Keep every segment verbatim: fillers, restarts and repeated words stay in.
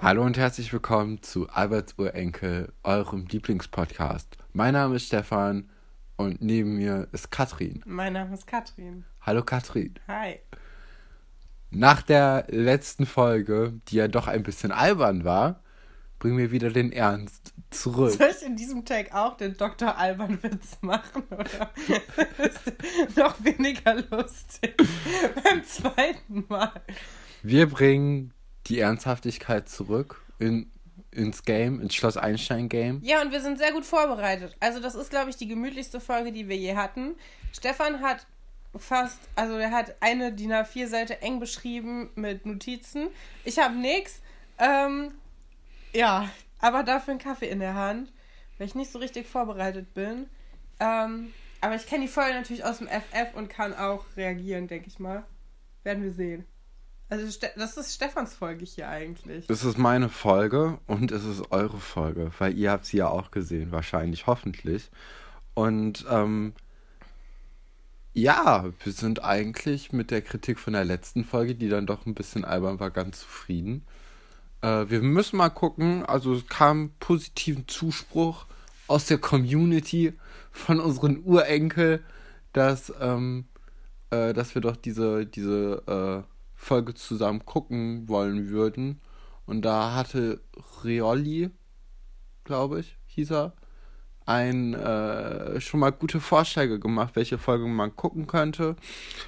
Hallo und herzlich willkommen zu Alberts Urenkel, eurem Lieblingspodcast. Mein Name ist Stefan und neben mir ist Katrin. Mein Name ist Katrin. Hallo Katrin. Hi. Nach der letzten Folge, die ja doch ein bisschen albern war, bringen wir wieder den Ernst zurück. Soll ich in diesem Take auch den Doktor Alban-Witz machen, oder ist noch weniger lustig beim zweiten Mal? Wir bringen die Ernsthaftigkeit zurück in, ins Game, ins Schloss Einstein-Game. Ja, und wir sind sehr gut vorbereitet. Also das ist, glaube ich, die gemütlichste Folge, die wir je hatten. Stefan hat fast, also er hat eine D I N A vier Seite eng beschrieben mit Notizen. Ich habe nichts. Ähm, ja, aber dafür einen Kaffee in der Hand, weil ich nicht so richtig vorbereitet bin. Ähm, aber ich kenne die Folge natürlich aus dem F F und kann auch reagieren, denke ich mal. Werden wir sehen. Also das ist Stefans Folge hier eigentlich. Das ist meine Folge und es ist eure Folge, weil ihr habt sie ja auch gesehen, wahrscheinlich, hoffentlich. Und ähm, ja, wir sind eigentlich mit der Kritik von der letzten Folge, die dann doch ein bisschen albern war, ganz zufrieden. Äh, wir müssen mal gucken, also es kam positiven Zuspruch aus der Community von unseren Urenkel, dass, ähm, äh, dass wir doch diese, diese äh, Folge zusammen gucken wollen würden. Und da hatte Rioli, glaube ich, hieß er, ein, äh, schon mal gute Vorschläge gemacht, welche Folge man gucken könnte.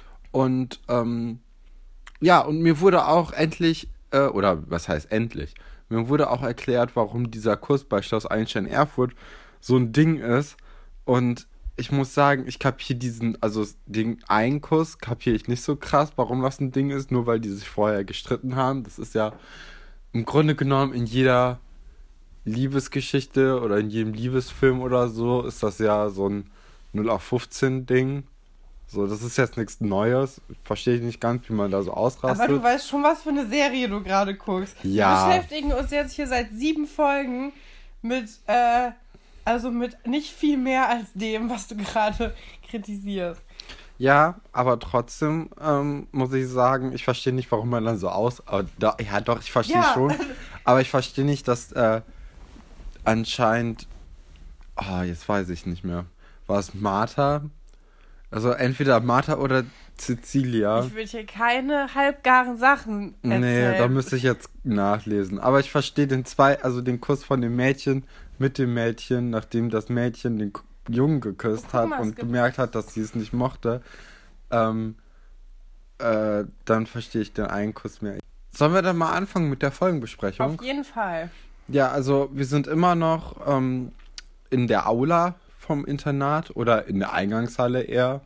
Und ähm, ja, und mir wurde auch endlich, äh, oder was heißt endlich, mir wurde auch erklärt, warum dieser Kurs bei Schloss Einstein Erfurt so ein Ding ist. Und ich muss sagen, ich kapiere diesen, also den einen Kuss kapiere ich nicht so krass, warum das ein Ding ist, nur weil die sich vorher gestritten haben. Das ist ja im Grunde genommen in jeder Liebesgeschichte oder in jedem Liebesfilm oder so ist das ja so ein null auf fünfzehn Ding. So, das ist jetzt nichts Neues. Verstehe ich nicht ganz, wie man da so ausrastet. Aber du weißt schon, was für eine Serie du gerade guckst. Ja. Wir beschäftigen uns jetzt hier seit sieben Folgen mit, äh, also mit nicht viel mehr als dem, was du gerade kritisierst. Ja, aber trotzdem ähm, muss ich sagen, ich verstehe nicht, warum man dann so aus... Aber da, ja, doch, ich verstehe Ja. schon. Aber ich verstehe nicht, dass äh, anscheinend... Ah, oh, jetzt weiß ich nicht mehr. War es Martha? Also entweder Martha oder Cecilia. Ich will hier keine halbgaren Sachen erzählen. Nee, da müsste ich jetzt nachlesen. Aber ich verstehe den zwei, also den Kuss von dem Mädchen mit dem Mädchen, nachdem das Mädchen den Jungen geküsst Guck hat mal, und es gibt- gemerkt hat, dass sie es nicht mochte. Ähm, äh, dann verstehe ich den einen Kuss mehr. Sollen wir dann mal anfangen mit der Folgenbesprechung? Auf jeden Fall. Ja, also wir sind immer noch ähm, in der Aula vom Internat oder in der Eingangshalle eher.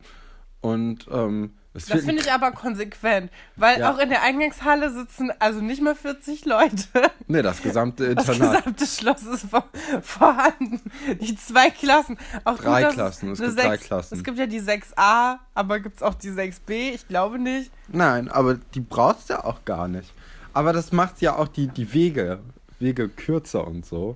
Und ähm, es Das wird finde ich aber konsequent, weil Ja. auch in der Eingangshalle sitzen also nicht mal vierzig Leute. Nee, das gesamte Das Internat. gesamte Schloss ist vor, vorhanden. Die zwei Klassen. Auch Drei gut, dass Klassen, es eine gibt drei sechs Klassen. Es gibt ja die sechs a, aber gibt es auch die sechs b? Ich glaube nicht. Nein, aber die brauchst du ja auch gar nicht. Aber das macht ja auch die, die Wege, Wege kürzer und so.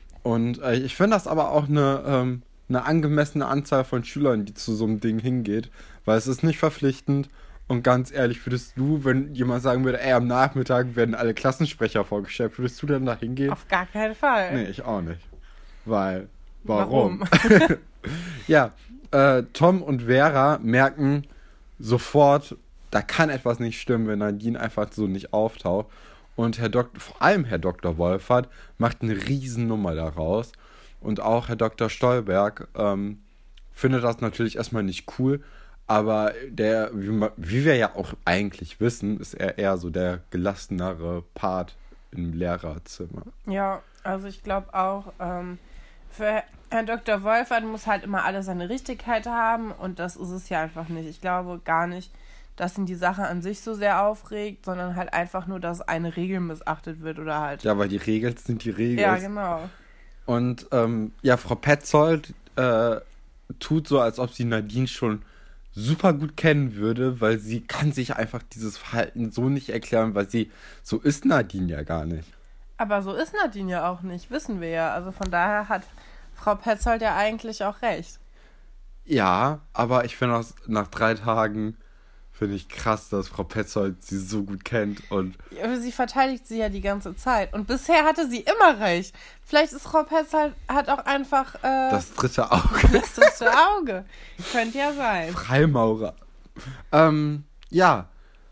Und äh, ich finde das aber auch eine, ähm, eine angemessene Anzahl von Schülern, die zu so einem Ding hingeht. Weil es ist nicht verpflichtend. Und ganz ehrlich, würdest du, wenn jemand sagen würde, ey, am Nachmittag werden alle Klassensprecher vorgestellt, würdest du dann da hingehen? Auf gar keinen Fall. Nee, ich auch nicht. Weil, warum? Warum? Ja, äh, Tom und Vera merken sofort, da kann etwas nicht stimmen, wenn Nadine einfach so nicht auftaucht. Und Herr Doktor, vor allem Herr Doktor Wolfert, macht eine Riesennummer daraus. Und auch Herr Doktor Stolberg ähm, findet das natürlich erstmal nicht cool. Aber der, wie, ma- wie wir ja auch eigentlich wissen, ist er eher so der gelassenere Part im Lehrerzimmer. Ja, also ich glaube auch, ähm, für Herrn Doktor Wolfert muss halt immer alles seine Richtigkeit haben und das ist es ja einfach nicht. Ich glaube gar nicht, dass ihn die Sache an sich so sehr aufregt, sondern halt einfach nur, dass eine Regel missachtet wird oder halt... Ja, weil die Regeln sind die Regeln. Ja, genau. Und ähm, ja, Frau Petzold äh, tut so, als ob sie Nadine schon super gut kennen würde, weil sie kann sich einfach dieses Verhalten so nicht erklären, weil sie, so ist Nadine ja gar nicht. Aber so ist Nadine ja auch nicht, wissen wir ja. Also von daher hat Frau Petzold ja eigentlich auch recht. Ja, aber ich finde, aus- nach drei Tagen finde ich krass, dass Frau Petzold sie so gut kennt. Und Aber sie verteidigt sie ja die ganze Zeit. Und bisher hatte sie immer recht. Vielleicht ist Frau Petzold hat auch einfach äh, das dritte Auge. das dritte Auge. Könnte ja sein. Freimaurer. Ähm, ja.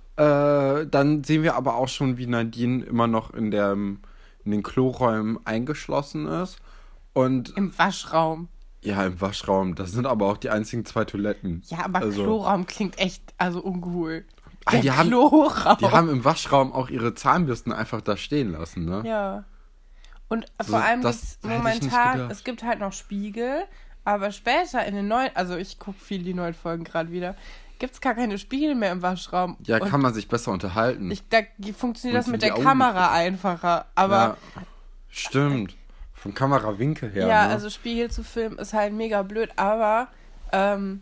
Äh, dann sehen wir aber auch schon, wie Nadine immer noch in, der, in den Kloräumen eingeschlossen ist. Und Im Waschraum. ja, im Waschraum. Das sind aber auch die einzigen zwei Toiletten. Ja, aber also, Kloraum klingt echt also uncool. Ah, Der die haben- Kloraum. Die haben im Waschraum auch ihre Zahnbürsten einfach da stehen lassen, ne? Ja. Und So, vor allem das gibt's hätte ich nicht momentan, gedacht. es gibt halt noch Spiegel, aber später in den neuen, also ich gucke viel die neuen Folgen gerade wieder, gibt es gar keine Spiegel mehr im Waschraum. Ja, Und kann man sich besser unterhalten. ich, da funktioniert Und das sind mit die der Augen Kamera nicht- einfacher. Aber ja, stimmt. Vom Kamerawinkel her. ja, ne? also Spiegel zu filmen ist halt mega blöd, aber ähm,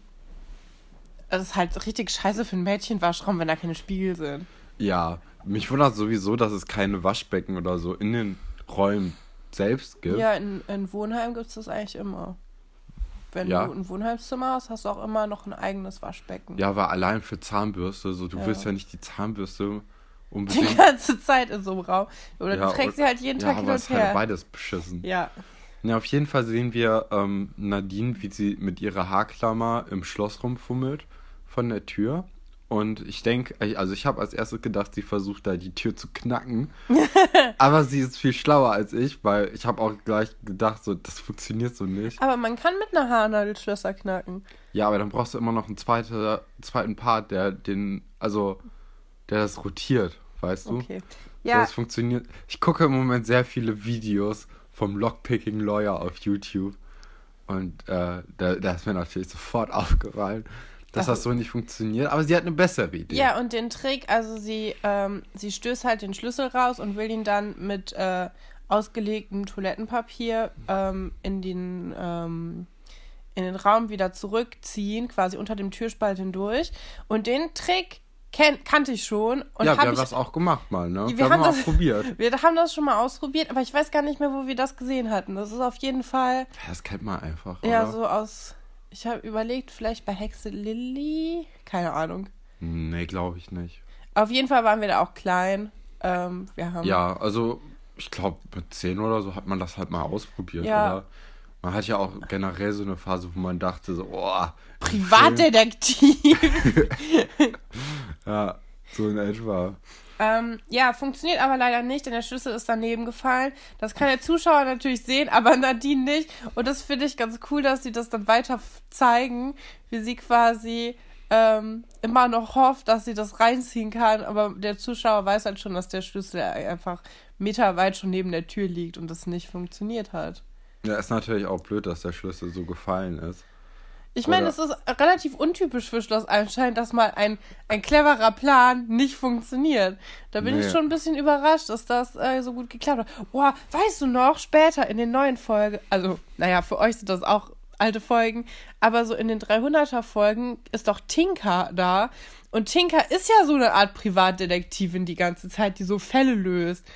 es ist halt richtig scheiße für einen Mädchenwaschraum, wenn da keine Spiegel sind. Ja, mich wundert sowieso, dass es keine Waschbecken oder so in den Räumen selbst gibt. Ja, in, in Wohnheim gibt es das eigentlich immer. Wenn Ja. du ein Wohnheimszimmer hast, hast du auch immer noch ein eigenes Waschbecken. Ja, aber allein für Zahnbürste, so du Ja. willst ja nicht die Zahnbürste Die unbedingt. ganze Zeit in so einem Raum. Oder Ja, du trägst und- sie halt jeden ja, Tag hin aber und es ist halt her. beides beschissen. Ja. Ja, auf jeden Fall sehen wir ähm, Nadine, wie sie mit ihrer Haarklammer im Schloss rumfummelt von der Tür. Und ich denke, also ich habe als erstes gedacht, sie versucht da die Tür zu knacken. Aber sie ist viel schlauer als ich, weil ich habe auch gleich gedacht, so das funktioniert so nicht. Aber man kann mit einer Haarnadel Schlösser knacken. Ja, aber dann brauchst du immer noch einen zweite, zweiten Part, der den, also der das rotiert, weißt du? Okay. So, Ja, das funktioniert. Ich gucke im Moment sehr viele Videos vom Lockpicking Lawyer auf YouTube. Und äh, da, da ist mir natürlich sofort aufgefallen, dass Ach. das so nicht funktioniert. Aber sie hat eine bessere Idee. ja, und den Trick, also sie, ähm, sie stößt halt den Schlüssel raus und will ihn dann mit äh, ausgelegtem Toilettenpapier ähm, in den ähm, in den Raum wieder zurückziehen, quasi unter dem Türspalt hindurch. Und den Trick kenn, kannte ich schon. Und ja, wir hab haben ich, das auch gemacht mal, ne? Wir Wir, haben haben mal das- probiert. wir haben das schon mal ausprobiert, aber ich weiß gar nicht mehr, wo wir das gesehen hatten. Das ist auf jeden Fall, Das kennt man einfach, ja, oder? so aus, ich habe überlegt, vielleicht bei Hexe Lilly, keine Ahnung. Nee, glaube ich nicht. Auf jeden Fall waren wir da auch klein. Ähm, wir haben Ja, also ich glaube, mit zehn oder so hat man das halt mal ausprobiert, Ja. oder? Man hat ja auch generell so eine Phase, wo man dachte so, oh, Privatdetektiv. ja, so in etwa. ähm, ja, funktioniert aber leider nicht, denn der Schlüssel ist daneben gefallen. Das kann der Zuschauer natürlich sehen, aber Nadine nicht. Und das finde ich ganz cool, dass sie das dann weiter f- zeigen, wie sie quasi ähm, immer noch hofft, dass sie das reinziehen kann. Aber der Zuschauer weiß halt schon, dass der Schlüssel einfach meterweit schon neben der Tür liegt und das nicht funktioniert hat. Ja, ist natürlich auch blöd, dass der Schlüssel so gefallen ist. Ich meine, Oder- es ist relativ untypisch für Schloss Einstein, dass mal ein, ein cleverer Plan nicht funktioniert. Da bin Nee. ich schon ein bisschen überrascht, dass das äh, so gut geklappt hat. Boah, weißt du noch, später in den neuen Folgen, also, naja, für euch sind das auch alte Folgen, aber so in den dreihunderter Folgen ist doch Tinka da. Und Tinka ist ja so eine Art Privatdetektivin die ganze Zeit, die so Fälle löst.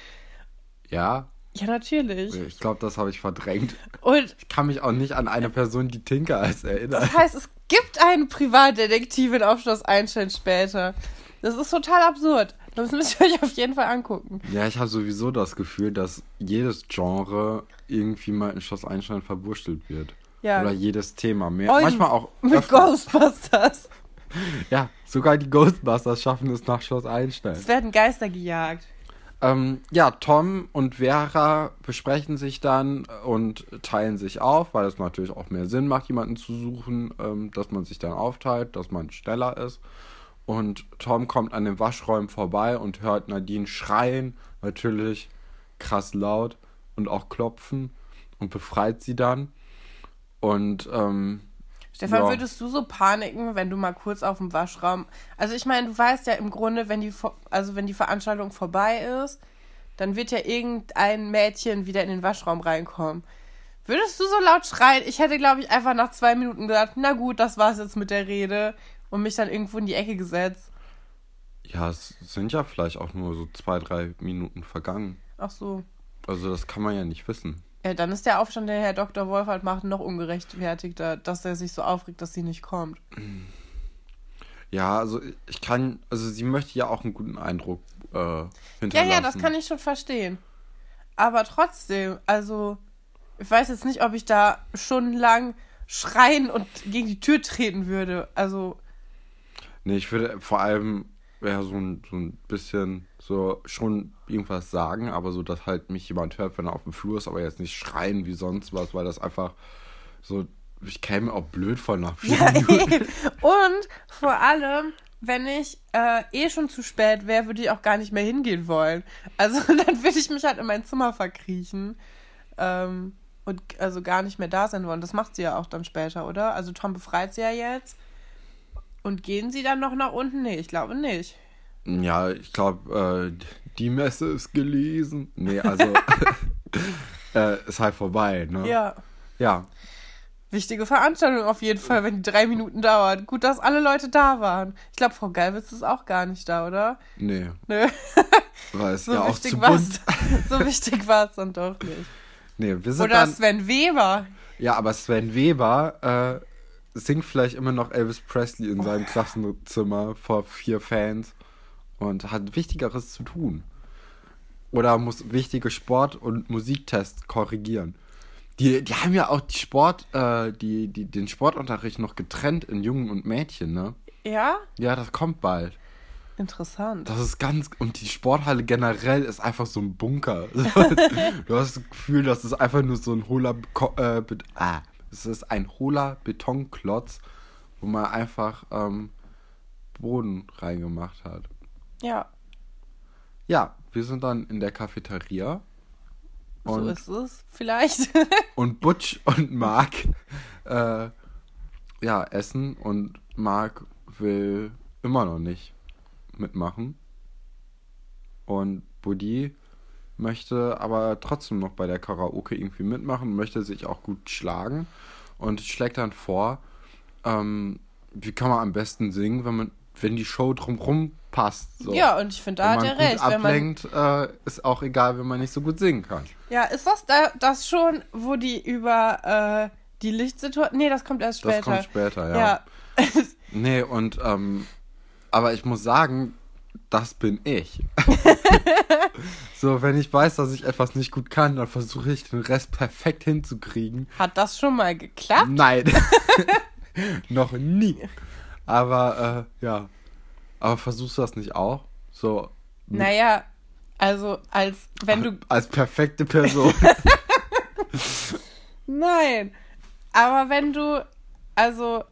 Ja, Ja, natürlich. ich glaube, das habe ich verdrängt. Und Ich kann mich auch nicht an eine Person, die Tinker als erinnern. das heißt, es gibt eine Privatdetektivin auf Schloss Einstein später. Das ist total absurd. Das müsst ihr euch auf jeden Fall angucken. Ja, ich habe sowieso das Gefühl, dass jedes Genre irgendwie mal in Schloss Einstein verwurstelt wird. Ja, Oder jedes Thema. Mehr, Und manchmal auch mit öfter. Ghostbusters. Ja, sogar die Ghostbusters schaffen es nach Schloss Einstein. Es werden Geister gejagt. Ähm, ja, Tom und Vera besprechen sich dann und teilen sich auf, weil es natürlich auch mehr Sinn macht, jemanden zu suchen, ähm, dass man sich dann aufteilt, dass man schneller ist. Und Tom kommt an den Waschräumen vorbei und hört Nadine schreien, natürlich krass laut und auch klopfen und befreit sie dann. Und ähm, Stefan, ja. würdest du so paniken, wenn du mal kurz auf dem Waschraum... Also ich meine, du weißt ja im Grunde, wenn die, Vo- also wenn die Veranstaltung vorbei ist, dann wird ja irgendein Mädchen wieder in den Waschraum reinkommen. Würdest du so laut schreien? Ich hätte, glaube ich, einfach nach zwei Minuten gesagt, na gut, das war's jetzt mit der Rede und mich dann irgendwo in die Ecke gesetzt. ja, es sind ja vielleicht auch nur so zwei, drei Minuten vergangen. Ach so. Also das kann man ja nicht wissen. Ja, dann ist der Aufstand, den Herr Doktor Wolfert macht, noch ungerechtfertigter, dass er sich so aufregt, dass sie nicht kommt. Ja, also ich kann, also sie möchte ja auch einen guten Eindruck äh, hinterlassen. Ja, ja, das kann ich schon verstehen. Aber trotzdem, also ich weiß jetzt nicht, ob ich da stundenlang schreien und gegen die Tür treten würde. Also. Nee, ich würde vor allem ja, so, ein, so ein bisschen so schon irgendwas sagen, aber so, dass halt mich jemand hört, wenn er auf dem Flur ist, aber jetzt nicht schreien wie sonst was, weil das einfach so, ich käme mir auch blöd vor nach vier Ja, Minuten. eben. Und vor allem, wenn ich äh, eh schon zu spät wäre, würde ich auch gar nicht mehr hingehen wollen. Also dann würde ich mich halt in mein Zimmer verkriechen ähm, und also gar nicht mehr da sein wollen. Das macht sie ja auch dann später, oder? Also Tom befreit sie ja jetzt. Und gehen sie dann noch nach unten? Nee, ich glaube nicht. Ja, ich glaube, äh, die Messe ist gelesen. Nee, also äh, ist halt vorbei, ne? Ja. Ja. Wichtige Veranstaltung auf jeden Fall, wenn die drei Minuten dauert. Gut, dass alle Leute da waren. Ich glaube, Frau Gallwitz ist auch gar nicht da, oder? Nee. Nö. Weil es So ja auch wichtig zu war's, bunt. so wichtig war es dann doch nicht. Nee, wir sind Oder dann, Sven Weber. ja, aber Sven Weber äh, singt vielleicht immer noch Elvis Presley in seinem Klassenzimmer vor vier Fans und hat Wichtigeres zu tun. Oder muss wichtige Sport- und Musiktests korrigieren. Die, die haben ja auch die Sport, äh, die, die, den Sportunterricht noch getrennt in Jungen und Mädchen, ne? Ja? Ja, das kommt bald. Interessant. Das ist ganz, und die Sporthalle generell ist einfach so ein Bunker. Du hast das Gefühl, das ist einfach nur so ein hohler, Beko- äh, Bet- ah, es ist ein hohler Betonklotz, wo man einfach ähm, Boden reingemacht hat. Ja, Ja, wir sind dann in der Cafeteria. so Und, ist es vielleicht. und Butch und Mark äh, ja, essen und Mark will immer noch nicht mitmachen. Und Buddy möchte aber trotzdem noch bei der Karaoke irgendwie mitmachen, möchte sich auch gut schlagen und schlägt dann vor, ähm, wie kann man am besten singen, wenn man, wenn die Show drumherum passt. So. Ja, und ich finde, da hat wenn er man recht. gut Wenn man, ablenkt, äh, ist auch egal, wenn man nicht so gut singen kann. ja, ist das da, das schon, wo die über äh, die Lichtsituation. Nee, das kommt erst später. Das kommt später, ja. Ja. Nee, und, ähm, aber ich muss sagen, das bin ich. So, wenn ich weiß, dass ich etwas nicht gut kann, dann versuche ich den Rest perfekt hinzukriegen. Hat das schon mal geklappt? Nein. Noch nie. Aber, äh, ja. Aber versuchst du das nicht auch? So. mit- Naja, also als wenn du. Als perfekte Person. Nein. Aber wenn du. Also.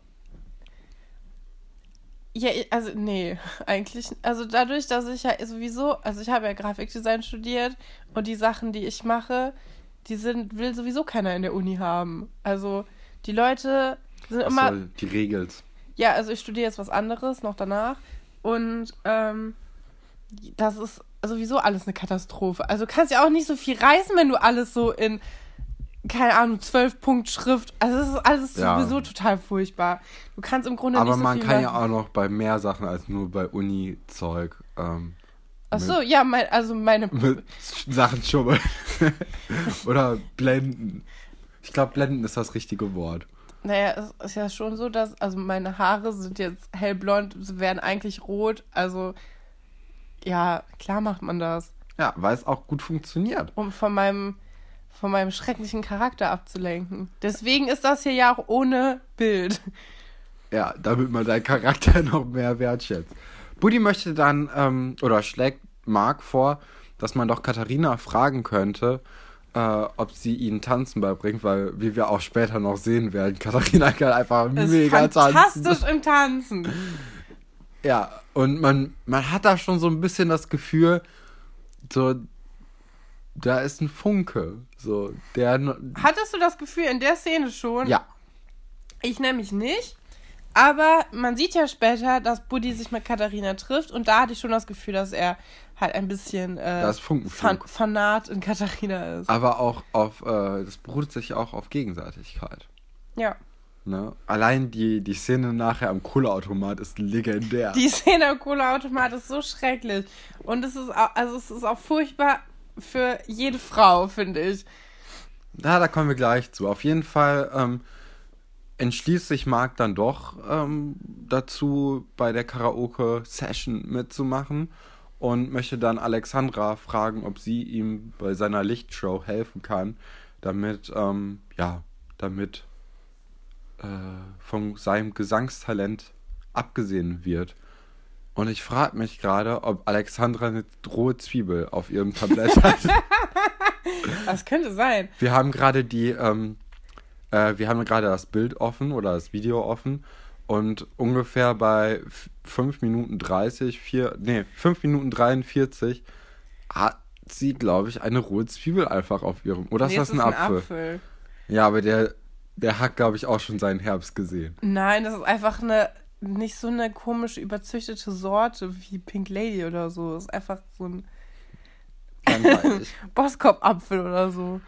Ja, also, nee, eigentlich. Also dadurch, dass ich ja sowieso. Also ich habe ja Grafikdesign studiert und die Sachen, die ich mache, die sind, will sowieso keiner in der Uni haben. Also die Leute sind Ach immer. so, die Regels. Ja, also ich studiere jetzt was anderes noch danach. Und ähm, das ist sowieso alles eine Katastrophe. Also du kannst ja auch nicht so viel reißen, wenn du alles so in, keine Ahnung, zwölf Punkt Schrift. Also das ist alles Ja. sowieso total furchtbar. Du kannst im Grunde Aber nicht so man viel kann ja machen. auch noch bei mehr Sachen als nur bei Uni-Zeug ähm, Ach so, ja, mein, also meine. mit Sachen schummeln. Oder blenden. Ich glaube, blenden ist das richtige Wort. Naja, es ist ja schon so, dass, also meine Haare sind jetzt hellblond, sie werden eigentlich rot. Also, ja, klar macht man das. Ja, weil es auch gut funktioniert. Um von meinem, von meinem schrecklichen Charakter abzulenken. Deswegen ist das hier ja auch ohne Bild. Ja, damit man deinen Charakter noch mehr wertschätzt. Buddy möchte dann, ähm, oder schlägt Mark vor, dass man doch Katharina fragen könnte, äh, ob sie ihnen Tanzen beibringt, weil, wie wir auch später noch sehen werden, Katharina kann einfach Ist mega tanzen. fantastisch im Tanzen. Ja, und man, man hat da schon so ein bisschen das Gefühl, so, da ist ein Funke, so, der, Hattest du das Gefühl in der Szene schon? ja, Ich nämlich nicht. Aber man sieht ja später, dass Buddy sich mit Katharina trifft und da hatte ich schon das Gefühl, dass er halt ein bisschen äh, da ist Funkenflug. fan Fanat in Katharina ist. Aber auch auf, äh, das beruht sich auch auf Gegenseitigkeit. Ja. Ne? Allein die, die Szene nachher am Kohleautomat ist legendär. Die Szene am Kohleautomat ist so schrecklich. Und es ist auch, also es ist auch furchtbar für jede Frau, finde ich. Ja, da kommen wir gleich zu. Auf jeden Fall ähm, entschließt sich Mark dann doch ähm, dazu, bei der Karaoke-Session mitzumachen und möchte dann Alexandra fragen, ob sie ihm bei seiner Lichtshow helfen kann, damit, ähm, ja, damit äh, von seinem Gesangstalent abgesehen wird. Und ich frage mich gerade, ob Alexandra eine rohe Zwiebel auf ihrem Tablett hat. Das könnte sein. Wir haben gerade die, ähm, äh, wir haben gerade das Bild offen oder das Video offen und ungefähr bei fünf Minuten dreißig, vier, nee, fünf Minuten dreiundvierzig hat sie, glaube ich, eine rohe Zwiebel einfach auf ihrem, oder ist Nee, das es ein ist ein Apfel? Apfel. Ja, aber der, der hat, glaube ich, auch schon seinen Herbst gesehen. Nein, das ist einfach eine, nicht so eine komische, überzüchtete Sorte wie Pink Lady oder so. Das ist einfach so ein Langweilig. Boskop-Apfel oder so.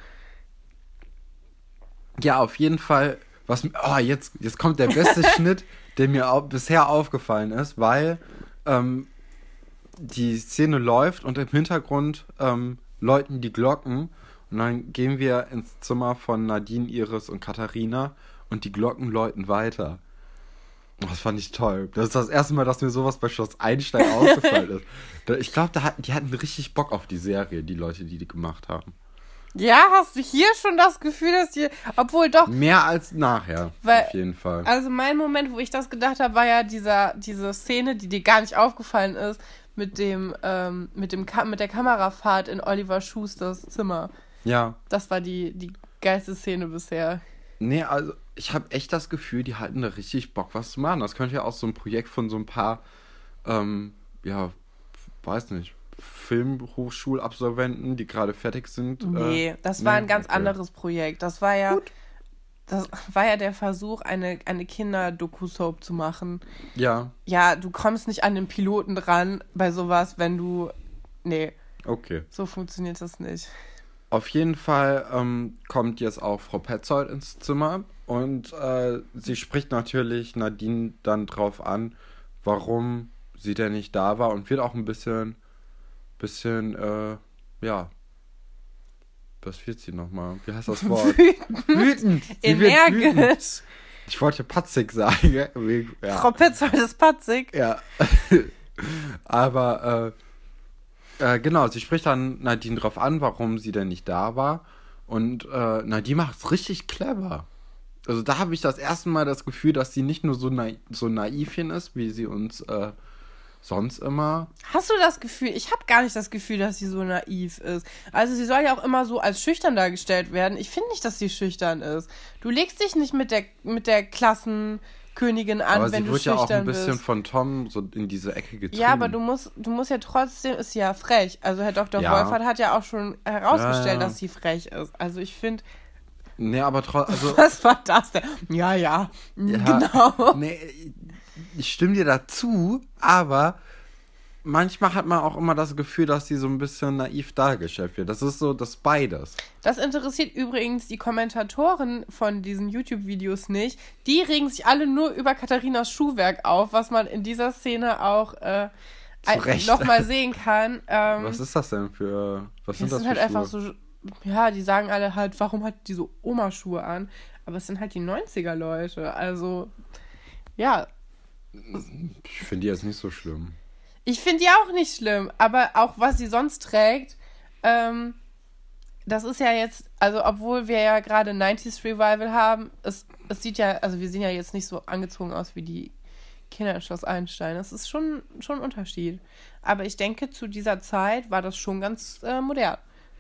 Ja, auf jeden Fall. Was, oh, jetzt, jetzt kommt der beste Schnitt, der mir au- bisher aufgefallen ist, weil ähm, die Szene läuft und im Hintergrund ähm, läuten die Glocken und dann gehen wir ins Zimmer von Nadine, Iris und Katharina und die Glocken läuten weiter. Das fand ich toll. Das ist das erste Mal, dass mir sowas bei Schloss Einstein aufgefallen ist. Da- Ich glaube, da hatten, die hatten richtig Bock auf die Serie, die Leute, die die gemacht haben. Ja, hast du hier schon das Gefühl, dass die, obwohl doch, Mehr als nachher, Weil- auf jeden Fall. also mein Moment, wo ich das gedacht habe, war ja dieser, diese Szene, die dir gar nicht aufgefallen ist, mit dem, ähm, mit dem, Ka- mit der Kamerafahrt in Oliver Schusters Zimmer. Ja. Das war die, die geilste Szene bisher. Nee, also ich habe echt das Gefühl, die hatten da richtig Bock, was zu machen. Das könnte ja auch so ein Projekt von so ein paar, ähm, ja, weiß nicht, Filmhochschulabsolventen, die gerade fertig sind. Nee, äh, das war nee, ein ganz okay. anderes Projekt. Das war ja, das war ja der Versuch, eine, eine Kinder-Doku-Soap zu machen. Ja, Ja, du kommst nicht an den Piloten dran bei sowas, wenn du, nee, okay. so funktioniert das nicht. Auf jeden Fall ähm, kommt jetzt auch Frau Petzold ins Zimmer und äh, sie spricht natürlich Nadine dann drauf an, warum sie denn nicht da war und wird auch ein bisschen, bisschen, äh, ja, was wird sie nochmal? Wie heißt das Wort? Wütend, Wütend! Sie wird wütend. energisch. Ich wollte patzig sagen. Wegen- Ja. Frau Petzold ist patzig. Ja. Aber, äh, äh, genau, sie spricht dann Nadine drauf an, warum sie denn nicht da war. Und äh, Nadine macht es richtig clever. Also da habe ich das erste Mal das Gefühl, dass sie nicht nur so, nai so naivchen ist, wie sie uns äh, sonst immer. Hast du das Gefühl? Ich habe gar nicht das Gefühl, dass sie so naiv ist. Also sie soll ja auch immer so als schüchtern dargestellt werden. Ich finde nicht, dass sie schüchtern ist. Du legst dich nicht mit der, mit der Klassenkönigin an, Aber wenn sie du wird ja schüchtern auch ein bisschen bist. von Tom so in diese Ecke getrieben. Ja, aber du musst, du musst ja trotzdem, ist sie ja frech. Also Herr Doktor Ja. Wolfert hat ja auch schon herausgestellt, Ja, ja. dass sie frech ist. Also ich finde, Nee, aber trotzdem. Also, was war das denn? Ja, ja, Ja, genau. Nee, ich stimme dir dazu, aber manchmal hat man auch immer das Gefühl, dass sie so ein bisschen naiv dargestellt wird. Das ist so das beides. Das interessiert übrigens die Kommentatoren von diesen YouTube-Videos nicht. Die regen sich alle nur über Katharinas Schuhwerk auf, was man in dieser Szene auch äh, Zu Recht. nochmal sehen kann. Ähm, Was ist das denn für. Was das sind das sind halt für einfach Schuhe? so, ja, die sagen alle halt, warum hat die so Oma-Schuhe an? Aber es sind halt die neunziger-Leute. Also, ja, Ich finde die jetzt nicht so schlimm. ich finde die auch nicht schlimm, aber auch was sie sonst trägt, ähm, das ist ja jetzt, also obwohl wir ja gerade neunziger Revival haben, es, es sieht ja, also wir sehen ja jetzt nicht so angezogen aus wie die Kinder in Schloss Einstein. Das ist schon, schon ein Unterschied. Aber ich denke, zu dieser Zeit war das schon ganz äh, modern.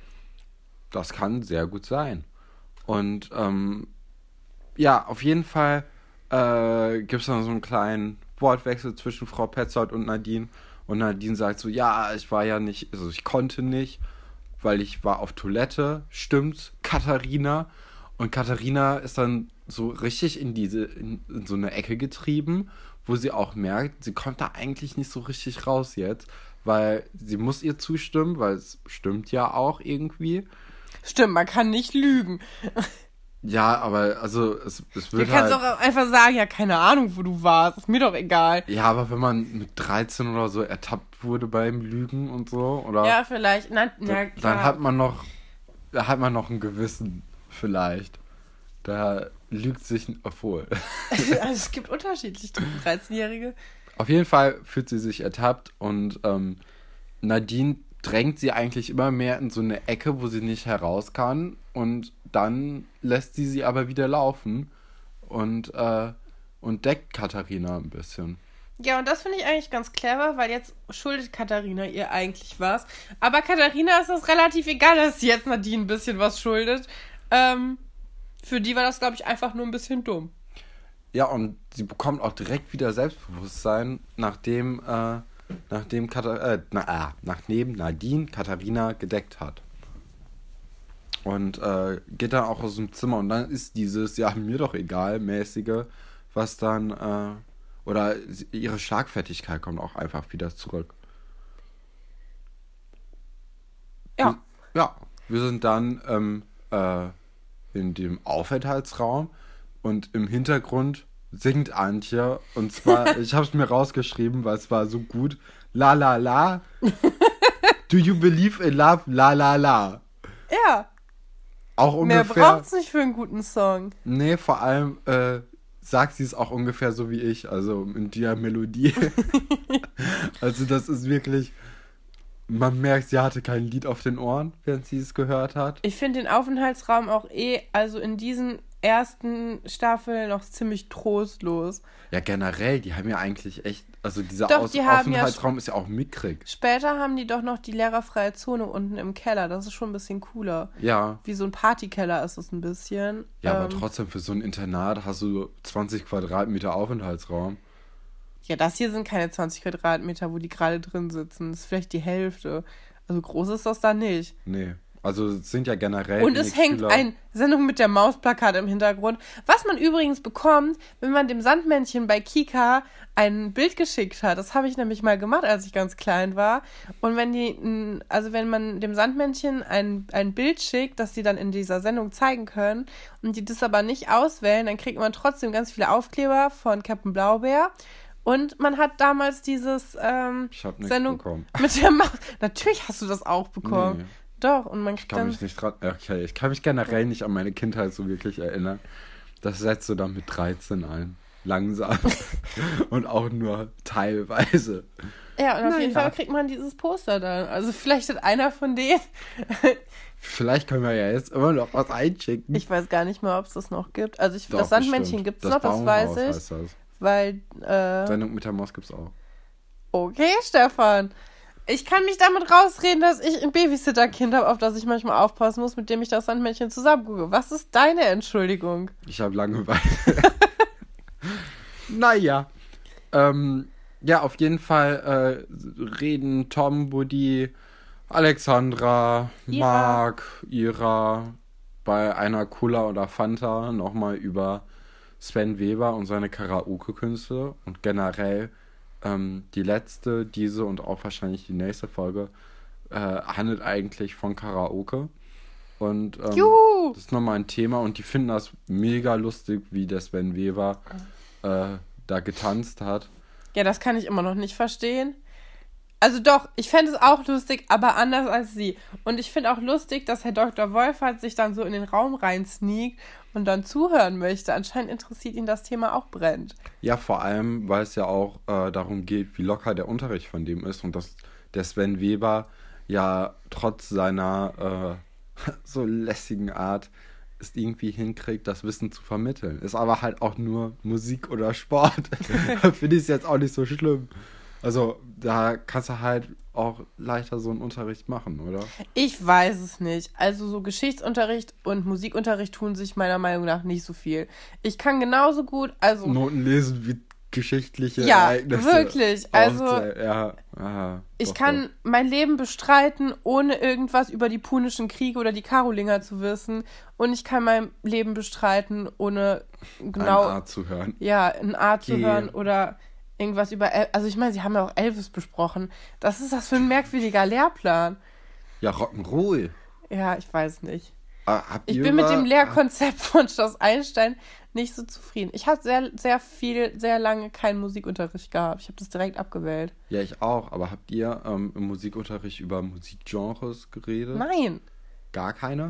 Das kann sehr gut sein. Und ähm, ja, auf jeden Fall äh, gibt es dann so einen kleinen Wortwechsel zwischen Frau Petzold und Nadine. Und Nadine sagt so, ja, ich war ja nicht, also ich konnte nicht, weil ich war auf Toilette. Stimmt's, Katharina? Und Katharina ist dann so richtig in diese, in, in so eine Ecke getrieben, wo sie auch merkt, sie kommt da eigentlich nicht so richtig raus jetzt, weil sie muss ihr zustimmen, weil es stimmt ja auch irgendwie. Stimmt, man kann nicht lügen. Ja, aber also es, es Du wird kannst halt... auch einfach sagen, ja, keine Ahnung, wo du warst. Ist mir doch egal. Ja, aber wenn man mit dreizehn oder so ertappt wurde beim Lügen und so, oder? Ja, vielleicht. Na, na, dann, klar. dann hat man noch, da hat man noch ein Gewissen, vielleicht. Da, lügt sich, obwohl. Also es gibt unterschiedliche dreizehnjährige. Auf jeden Fall fühlt sie sich ertappt und ähm, Nadine drängt sie eigentlich immer mehr in so eine Ecke, wo sie nicht heraus kann. Und dann lässt sie sie aber wieder laufen und, äh, und deckt Katharina ein bisschen. Ja, und das finde ich eigentlich ganz clever, weil jetzt schuldet Katharina ihr eigentlich was. Aber Katharina ist das relativ egal, dass sie jetzt Nadine ein bisschen was schuldet. Ähm, für die war das, glaube ich, einfach nur ein bisschen dumm. Ja, und sie bekommt auch direkt wieder Selbstbewusstsein, nachdem, äh, nachdem, Katar- äh, na, äh, nachdem Nadine Katharina gedeckt hat. Und äh, geht dann auch aus dem Zimmer und dann ist dieses, ja, mir doch egal, mäßige, was dann, äh, oder ihre Schlagfertigkeit kommt auch einfach wieder zurück. Ja. Wir, ja, wir sind dann ähm, äh, in dem Aufenthaltsraum und im Hintergrund singt Antje und zwar, ich habe es mir rausgeschrieben, weil es war so gut, la la la, do you believe in love, la la la. Ja. Auch ungefähr. Mehr braucht's nicht für einen guten Song. Nee, vor allem äh, sagt sie es auch ungefähr so wie ich, also in der Melodie. Also das ist wirklich, man merkt, sie hatte kein Lied auf den Ohren, während sie es gehört hat. Ich finde den Aufenthaltsraum auch eh, also in diesen ersten Staffeln noch ziemlich trostlos. Ja, generell, die haben ja eigentlich echt, also dieser Doch, Aus- die haben Aufenthaltsraum ja ist ja auch mickrig. Später haben die doch noch die lehrerfreie Zone unten im Keller. Das ist schon ein bisschen cooler. Ja. Wie so ein Partykeller ist es ein bisschen. Ja, ähm, aber trotzdem, für so ein Internat hast du zwanzig Quadratmeter Aufenthaltsraum. Ja, das hier sind keine zwanzig Quadratmeter, wo die gerade drin sitzen. Das ist vielleicht die Hälfte. Also groß ist das da nicht. Nee. Also es sind ja generell. Und es hängt Schüler. ein Sendung mit der Maus-Plakat im Hintergrund. Was man übrigens bekommt, wenn man dem Sandmännchen bei Kika ein Bild geschickt hat. Das habe ich nämlich mal gemacht, als ich ganz klein war. Und wenn die, also wenn man dem Sandmännchen ein, ein Bild schickt, das sie dann in dieser Sendung zeigen können, und die das aber nicht auswählen, dann kriegt man trotzdem ganz viele Aufkleber von Captain Blaubeer. Und man hat damals dieses ähm, ich hab nichts Sendung bekommen. mit der Maus. Natürlich hast du das auch bekommen. Nee. Doch, und man Ich kriegt kann dann... mich nicht dran. Okay, ich kann mich generell nicht an meine Kindheit so wirklich erinnern. Das setzt du dann mit dreizehn ein. Langsam. Und auch nur teilweise. Ja, und auf Naja. jeden Fall kriegt man dieses Poster dann. Also vielleicht hat einer von denen... Vielleicht können wir ja jetzt immer noch was einschicken. Ich weiß gar nicht mehr, ob es das noch gibt. Also ich, Doch, das Sandmännchen bestimmt. gibt es Das noch, das weiß Baumhaus ich. heißt das. Weil, äh... Sendung mit der Maus gibt's auch. Okay, Stefan. Ich kann mich damit rausreden, dass ich ein Babysitter-Kind habe, auf das ich manchmal aufpassen muss, mit dem ich das Sandmännchen zusammen gucke. Was ist deine Entschuldigung? Ich habe Langeweile. Naja. Ähm, ja, auf jeden Fall äh, reden Tom, Buddy, Alexandra, Ira. Marc, Ira bei einer Cola oder Fanta nochmal über Sven Weber und seine Karaoke-Künste und generell ähm, die letzte, diese und auch wahrscheinlich die nächste Folge äh, handelt eigentlich von Karaoke. Und ähm, Juhu! das ist nochmal ein Thema und die finden das mega lustig, wie der Sven Weber äh, da getanzt hat. Ja, das kann ich immer noch nicht verstehen. Also doch, ich fände es auch lustig, aber anders als sie. Und ich finde auch lustig, dass Herr Doktor Wolfert sich dann so in den Raum rein sneakt und dann zuhören möchte. Anscheinend interessiert ihn das Thema auch brennend. Ja, vor allem, weil es ja auch äh, darum geht, wie locker der Unterricht von dem ist und dass der Sven Weber ja trotz seiner äh, so lässigen Art es irgendwie hinkriegt, das Wissen zu vermitteln. Ist aber halt auch nur Musik oder Sport. Finde ich es jetzt auch nicht so schlimm. Also da kannst du halt auch leichter so einen Unterricht machen, oder? Ich weiß es nicht. Also so Geschichtsunterricht und Musikunterricht tun sich meiner Meinung nach nicht so viel. Ich kann genauso gut, also... Noten lesen wie geschichtliche ja, Ereignisse. wirklich. Also aufzählen. Ja, aha, ich doch, kann doch. mein Leben bestreiten, ohne irgendwas über die Punischen Kriege oder die Karolinger zu wissen. Und ich kann mein Leben bestreiten, ohne genau... Ein A zu hören. Ja, ein A zu G. hören oder irgendwas über... El- also ich meine, sie haben ja auch Elvis besprochen. Was ist das für ein merkwürdiger Lehrplan? Ja, Rock'n'Roll. Ja, ich weiß nicht. Ah, habt Ich ihr bin mit über- dem Lehrkonzept von Schloss Einstein nicht so zufrieden. Ich habe sehr, sehr viel, sehr lange keinen Musikunterricht gehabt. Ich habe das direkt abgewählt. Ja, ich auch. Aber habt ihr ähm, im Musikunterricht über Musikgenres geredet? Nein, Gar keine?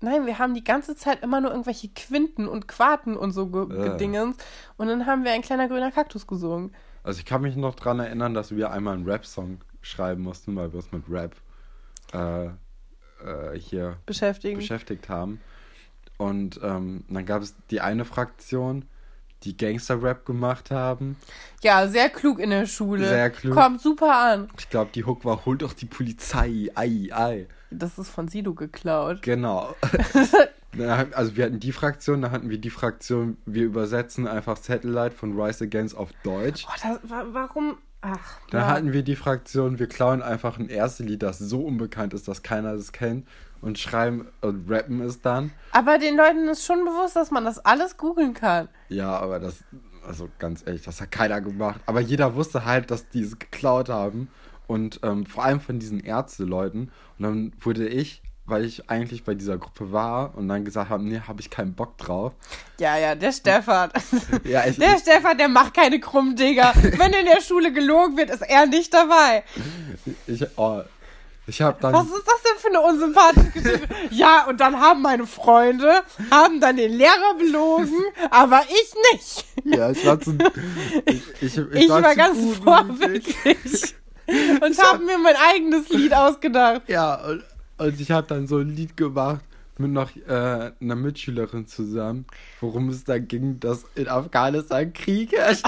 Nein, wir haben die ganze Zeit immer nur irgendwelche Quinten und Quarten und so ge- Äh. Gedingens. Und dann haben wir ein kleiner grüner Kaktus gesungen. Also ich kann mich noch dran erinnern, dass wir einmal einen Rap-Song schreiben mussten, weil wir uns mit Rap äh, äh, hier Beschäftigen. beschäftigt haben. Und ähm, dann gab es die eine Fraktion, die Gangster-Rap gemacht haben. Ja, sehr klug in der Schule. Sehr klug. Kommt super an. Ich glaube, die Hook war, hol doch die Polizei, ei, ei. Das ist von Sido geklaut. Genau. Also wir hatten die Fraktion, dann hatten wir die Fraktion, wir übersetzen einfach Satellite von Rise Against auf Deutsch. Oh, das, wa- warum? Ach, Dann ja. hatten wir die Fraktion, wir klauen einfach ein erstes Lied, das so unbekannt ist, dass keiner das kennt und schreiben und rappen es dann. Aber den Leuten ist schon bewusst, dass man das alles googeln kann. Ja, aber das, also ganz ehrlich, das hat keiner gemacht. Aber jeder wusste halt, dass die es geklaut haben und ähm, vor allem von diesen Ärzte-Leuten. Und dann wurde ich, weil ich eigentlich bei dieser Gruppe war und dann gesagt habe, nee, habe ich keinen Bock drauf. Ja, ja, der Stefan. Ja, ich, Der Stefan, der macht keine krummen Dinger. Wenn in der Schule gelogen wird, ist er nicht dabei. ich, oh, ich habe dann... Was ist das denn für eine unsympathische Geschichte? Ja, und dann haben meine Freunde, haben dann den Lehrer belogen, aber ich nicht. Ja, ich war zu... Ich, ich, ich, Ich war, war zu ganz unmutig. vorbildlich und habe mir mein eigenes Lied ausgedacht. Ja, und, und ich habe dann so ein Lied gemacht mit noch äh, einer Mitschülerin zusammen, worum es da ging, dass in Afghanistan Krieg herrscht.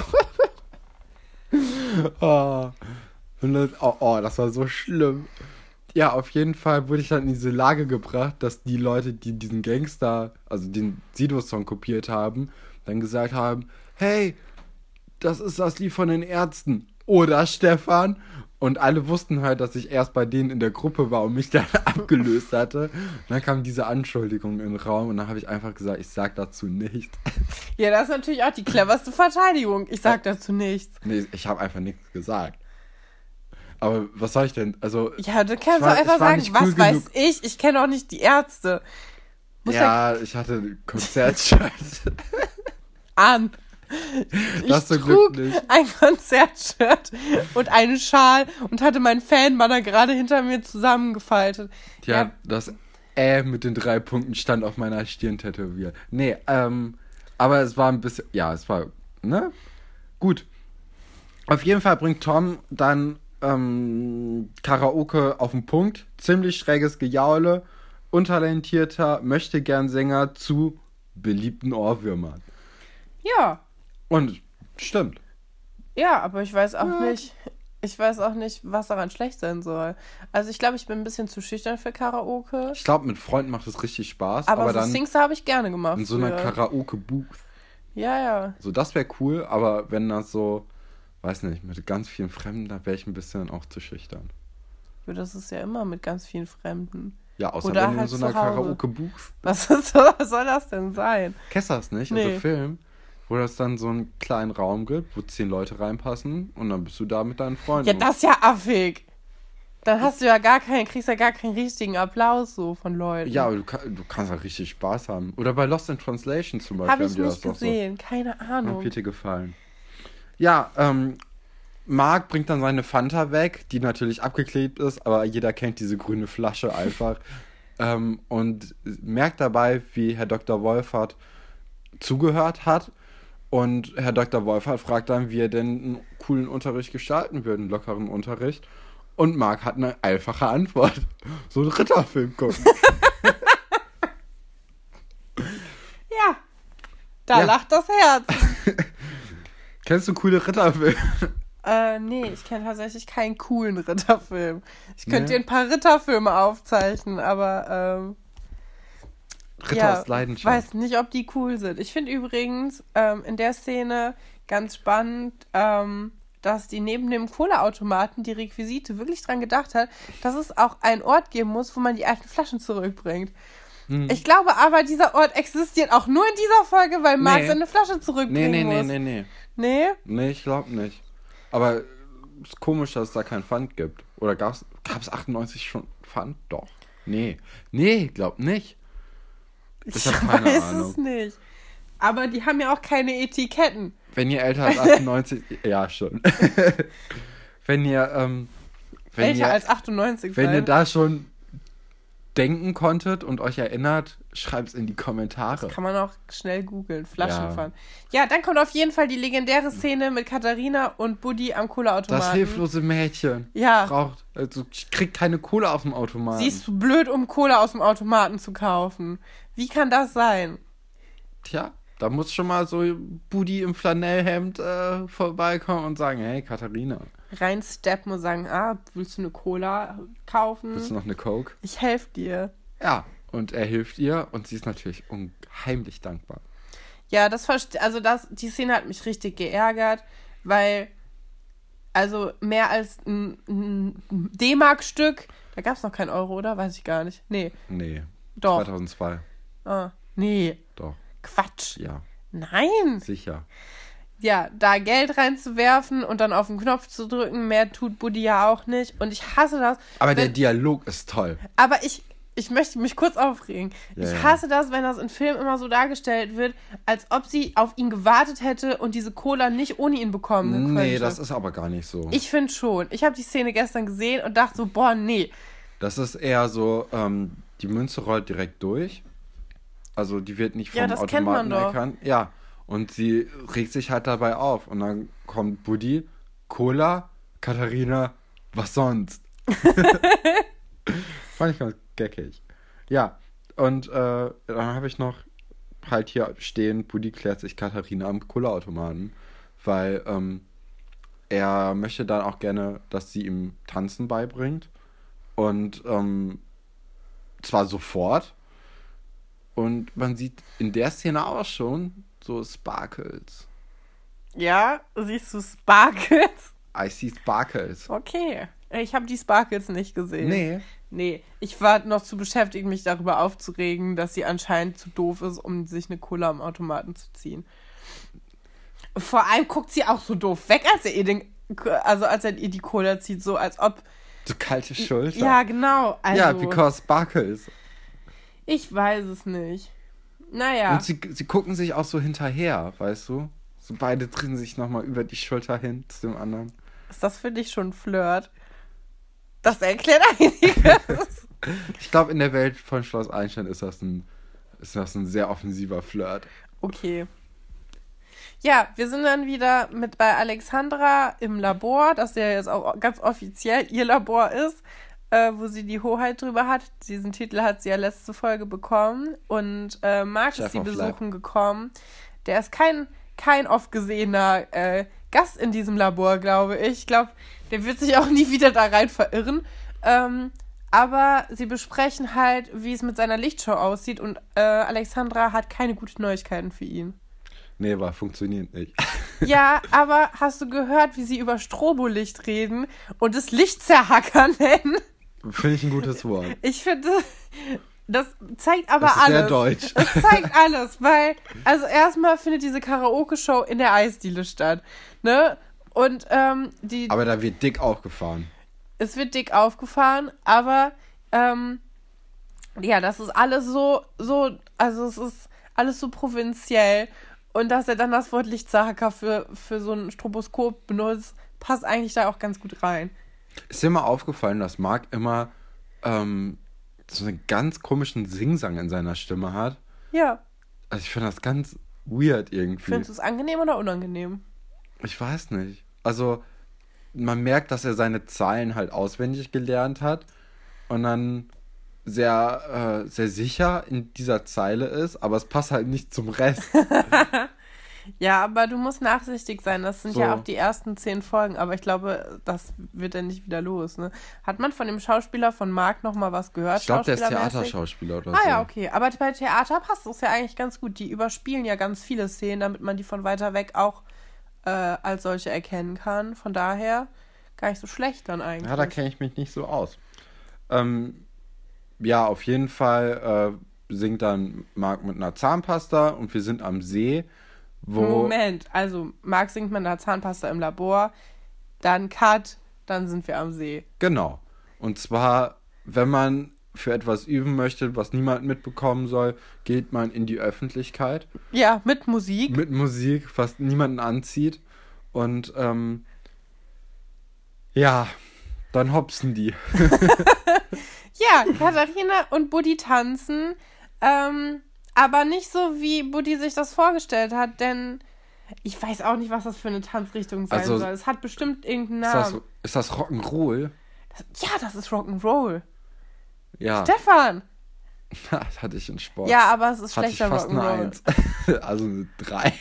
oh. Und das, oh, oh, das war so schlimm. Ja, auf jeden Fall wurde ich dann in diese Lage gebracht, dass die Leute, die diesen Gangster, also den Sido-Song kopiert haben, dann gesagt haben, hey, das ist das Lied von den Ärzten. Oder Stefan. Und alle wussten halt, dass ich erst bei denen in der Gruppe war und mich dann abgelöst hatte. Und dann kam diese Anschuldigung in den Raum und dann habe ich einfach gesagt, ich sag dazu nichts. Ja, das ist natürlich auch die cleverste Verteidigung. Ich sag dazu nichts. Nee, ich habe einfach nichts gesagt. Aber was soll ich denn? Also, Ja, du kannst Ich war- doch einfach ich war sagen, nicht was cool weiß genug. ich? Ich kenne auch nicht die Ärzte. Muss ja ja, ich hatte ein Konzertshirt. an. Ich Das so trug glücklich. ein Konzertshirt und einen Schal und hatte meinen Fanbanner gerade hinter mir zusammengefaltet. Ja, das Ä mit den drei Punkten stand auf meiner Stirn tätowiert. Nee, ähm, aber es war ein bisschen, ja, es war, ne? Gut. Auf jeden Fall bringt Tom dann ähm, Karaoke auf den Punkt. Ziemlich schräges Gejaule, untalentierter, möchte gern Sänger zu beliebten Ohrwürmern. Ja, Und stimmt. ja, aber ich weiß auch Ja. nicht, ich weiß auch nicht, was daran schlecht sein soll. Also ich glaube, ich bin ein bisschen zu schüchtern für Karaoke. Ich glaube, mit Freunden macht es richtig Spaß, Aber, aber, so dann Singstar habe ich gerne gemacht. in so einer früher. Karaoke-Booth. Ja, ja. So, das wäre cool, aber wenn das so, weiß nicht, mit ganz vielen Fremden, da wäre ich ein bisschen auch zu schüchtern. Aber das ist ja immer mit ganz vielen Fremden. Ja, außer Oder wenn du halt in so einer zu Hause. Karaoke-Buch. Was, ist, was soll das denn sein? Kennst du das nicht? Nee. Also Film, wo das dann so einen kleinen Raum gibt, wo zehn Leute reinpassen und dann bist du da mit deinen Freunden. Ja, das ist ja affig. Dann hast du ja gar keinen, kriegst ja gar keinen richtigen Applaus so von Leuten. Ja, aber du, kann, du kannst halt richtig Spaß haben. Oder bei Lost in Translation zum Beispiel. Habe ich haben die das nicht doch gesehen, keine So. Ahnung. Hat dir gefallen. Ja, ähm, Mark bringt dann seine Fanta weg, die natürlich abgeklebt ist, aber jeder kennt diese grüne Flasche einfach. ähm, und merkt dabei, wie Herr Doktor Wolfert zugehört hat. Und Herr Doktor Wolfert fragt dann, wie er denn einen coolen Unterricht gestalten würde, einen lockeren Unterricht. Und Mark hat eine einfache Antwort. So einen Ritterfilm gucken. Ja, da Ja. lacht das Herz. Kennst du coole Ritterfilme? äh, nee, ich kenne tatsächlich keinen coolen Ritterfilm. Ich könnte Nee. dir ein paar Ritterfilme aufzeichnen, aber ähm, Ritter ja, aus Leidenschaft. weiß nicht, ob die cool sind. Ich finde übrigens ähm, in der Szene ganz spannend, ähm, dass die neben dem Kohleautomaten die Requisite wirklich dran gedacht hat, dass es auch einen Ort geben muss, wo man die alten Flaschen zurückbringt. Hm. Ich glaube aber, dieser Ort existiert auch nur in dieser Folge, weil Mark Nee. seine Flasche Nee, zurückbringen nee, nee, muss. nee, nee. Nee? Nee, ich glaube nicht. Aber ist komisch, dass es da kein Pfand gibt. Oder gab's gab's achtundneunzig schon Pfand? Doch. Nee. Nee, glaub nicht. Ich Ich, hab keine weiß Ahnung. es nicht. Aber die haben ja auch keine Etiketten. Wenn ihr älter als achtundneunzig... ja, schon. wenn ihr, ähm... Wenn Älter ihr, als achtundneunzig wenn sein. ihr da schon denken konntet und euch erinnert, schreibt es in die Kommentare. Kann man auch schnell googeln. Flaschenpfand. Ja. ja, dann kommt auf jeden Fall die legendäre Szene mit Katharina und Buddy am Cola-Automaten. Das hilflose Mädchen. Ja. Braucht, also kriegt keine Cola aus dem Automaten. Sie ist zu blöd, um Cola aus dem Automaten zu kaufen. Wie kann das sein? Tja, da muss schon mal so Buddy im Flanellhemd äh, vorbeikommen und sagen, hey, Katharina. Reinsteppen und sagen, ah, willst du eine Cola kaufen? Willst du noch eine Coke? Ich helfe dir. Ja, und er hilft ihr und sie ist natürlich unheimlich dankbar. Ja, das verste- also das, die Szene hat mich richtig geärgert, weil also mehr als ein, ein D-Mark-Stück, da gab es noch kein Euro, oder? Weiß ich gar nicht. Nee. Nee. Doch. zweitausendzwei. Ah, nee. Doch. Quatsch. Ja. Nein. Sicher. Ja, da Geld reinzuwerfen und dann auf den Knopf zu drücken, mehr tut Buddy ja auch nicht. Und ich hasse das. Aber wenn, der Dialog ist toll. Aber ich, ich möchte mich kurz aufregen. Ja, ich ja. hasse das, wenn das in Filmen immer so dargestellt wird, als ob sie auf ihn gewartet hätte und diese Cola nicht ohne ihn bekommen könnte. Nee, das ist aber gar nicht so. Ich finde schon. Ich habe die Szene gestern gesehen und dachte so, boah, nee. Das ist eher so, ähm, die Münze rollt direkt durch. Also die wird nicht vom Ja, das kennt Automaten man doch. erkannt. Ja, und sie regt sich halt dabei auf. Und dann kommt Buddy, Cola, Katharina, was sonst? Fand ich ganz geckig. Ja, und äh, dann habe ich noch halt hier stehen, Buddy klärt sich Katharina am Cola-Automaten, weil ähm, er möchte dann auch gerne, dass sie ihm Tanzen beibringt. Und ähm, zwar sofort. Und man sieht in der Szene auch schon so Sparkles. Ja, siehst du Sparkles? I see Sparkles. Okay. Ich habe die Sparkles nicht gesehen. Nee. Nee, ich war noch zu beschäftigt, mich darüber aufzuregen, dass sie anscheinend zu doof ist, um sich eine Cola am Automaten zu ziehen. Vor allem guckt sie auch so doof weg, als er ihr den, also als er ihr die Cola zieht, so als ob... So kalte Schulter. Ja, genau. Also, ja, because Sparkles. Ich weiß es nicht. Naja. Und sie, sie gucken sich auch so hinterher, weißt du? So beide drehen sich nochmal über die Schulter hin zu dem anderen. Ist das für dich schon Flirt? Das erklärt einiges. Ich glaube, in der Welt von Schloss Einstein ist das ein, ist das ein sehr offensiver Flirt. Okay. Ja, wir sind dann wieder mit bei Alexandra im Labor, das ja jetzt auch ganz offiziell ihr Labor ist, äh, wo sie die Hoheit drüber hat. Diesen Titel hat sie ja letzte Folge bekommen. Und äh, Marc Chef ist sie of besuchen Lab. gekommen. Der ist kein, kein oft gesehener äh, Gast in diesem Labor, glaube ich. Ich glaube, der wird sich auch nie wieder da rein verirren. Ähm, aber sie besprechen halt, wie es mit seiner Lichtshow aussieht. Und äh, Alexandra hat keine guten Neuigkeiten für ihn. Nee, war funktioniert nicht. Ja, aber hast du gehört, wie sie über Strobolicht reden und es Lichtzerhacker nennen? Finde ich ein gutes Wort. Ich finde, das zeigt aber Das ist alles. sehr deutsch. Das zeigt alles, weil, also erstmal findet diese Karaoke-Show in der Eisdiele statt, ne? Und, ähm, die... Aber da wird dick aufgefahren. Es wird dick aufgefahren, aber, ähm, ja, das ist alles so, so, also es ist alles so provinziell. Und dass er dann das Wort Lichtzerhacker für, für so ein Stroboskop benutzt, passt eigentlich da auch ganz gut rein. Ist dir mal aufgefallen, dass Marc immer ähm, so einen ganz komischen Singsang in seiner Stimme hat? Ja. Also ich finde das ganz weird irgendwie. Findest du es angenehm oder unangenehm? Ich weiß nicht. Also man merkt, dass er seine Zeilen halt auswendig gelernt hat und dann sehr, äh, sehr sicher in dieser Zeile ist, aber es passt halt nicht zum Rest. Ja, aber du musst nachsichtig sein. Das sind So. ja auch die ersten zehn Folgen, aber ich glaube, das wird dann nicht wieder los. Ne? Hat man von dem Schauspieler von Marc noch mal was gehört? Ich glaube, der ist Schauspielermäßig? Theaterschauspieler oder Ah so. ja, okay. Aber bei Theater passt es ja eigentlich ganz gut. Die überspielen ja ganz viele Szenen, damit man die von weiter weg auch äh, als solche erkennen kann. Von daher gar nicht so schlecht dann eigentlich. Ja, da kenne ich mich nicht so aus. Ähm, ja, auf jeden Fall äh, singt dann Marc mit einer Zahnpasta und wir sind am See, wo... Moment, also Marc singt mit einer Zahnpasta im Labor, dann Cut, dann sind wir am See. Genau. Und zwar, wenn man für etwas üben möchte, was niemand mitbekommen soll, geht man in die Öffentlichkeit. Ja, mit Musik. Mit Musik, was niemanden anzieht. Und ähm, ja, Dann hopsen die. Ja, Katharina und Buddy tanzen, ähm, aber nicht so, wie Buddy sich das vorgestellt hat, denn ich weiß auch nicht, was das für eine Tanzrichtung sein Also, soll. Es hat bestimmt irgendeinen Ist das, Namen. ist das Rock'n'Roll? Das, ja, das ist Rock'n'Roll. Ja. Stefan! Das hatte ich in Sport. Ja, aber es ist hatte ich schlechter fast eine Rock'n'Roll. Eins. Also eine Drei.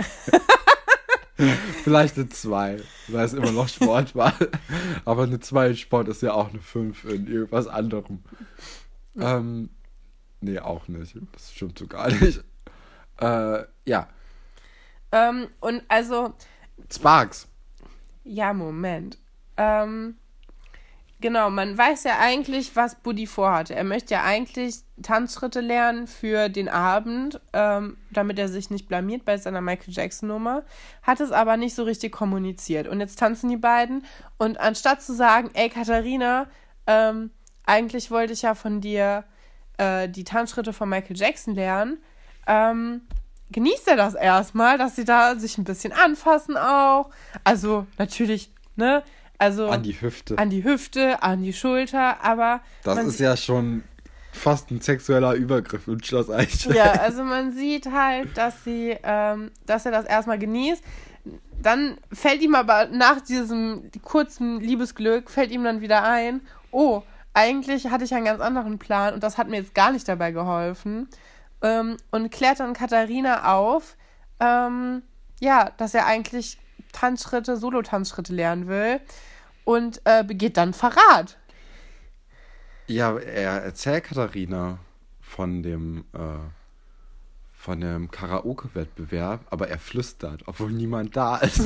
Vielleicht eine Zwei, weil es immer noch Sport war. Aber eine Zwei in Sport ist ja auch eine Fünf in irgendwas anderem. Ähm, nee, auch nicht. Das stimmt so gar nicht. Äh, ja. Ähm, und also, Sparks. ja, Moment. Ähm, genau, man weiß ja eigentlich, was Buddy vorhatte. Er möchte ja eigentlich Tanzschritte lernen für den Abend, ähm, damit er sich nicht blamiert bei seiner Michael Jackson-Nummer, hat es aber nicht so richtig kommuniziert. Und jetzt tanzen die beiden und anstatt zu sagen, ey Katharina, ähm, eigentlich wollte ich ja von dir äh, die Tanzschritte von Michael Jackson lernen, ähm, genießt er das erstmal, dass sie da sich ein bisschen anfassen auch. Also natürlich, ne? Also An die Hüfte. An die Hüfte, an die Schulter, aber Das man ist ja schon fast ein sexueller Übergriff und Schloss Eichstätt. ja, also man sieht halt, dass sie, ähm, dass er das erstmal genießt. Dann fällt ihm aber nach diesem kurzen Liebesglück, fällt ihm dann wieder ein, oh, eigentlich hatte ich einen ganz anderen Plan und das hat mir jetzt gar nicht dabei geholfen. Ähm, und klärt dann Katharina auf, ähm, ja, dass er eigentlich Tanzschritte, Solo-Tanzschritte lernen will und äh, begeht dann Verrat. Ja, er erzählt Katharina von dem, äh, von dem Karaoke-Wettbewerb, aber er flüstert, obwohl niemand da ist.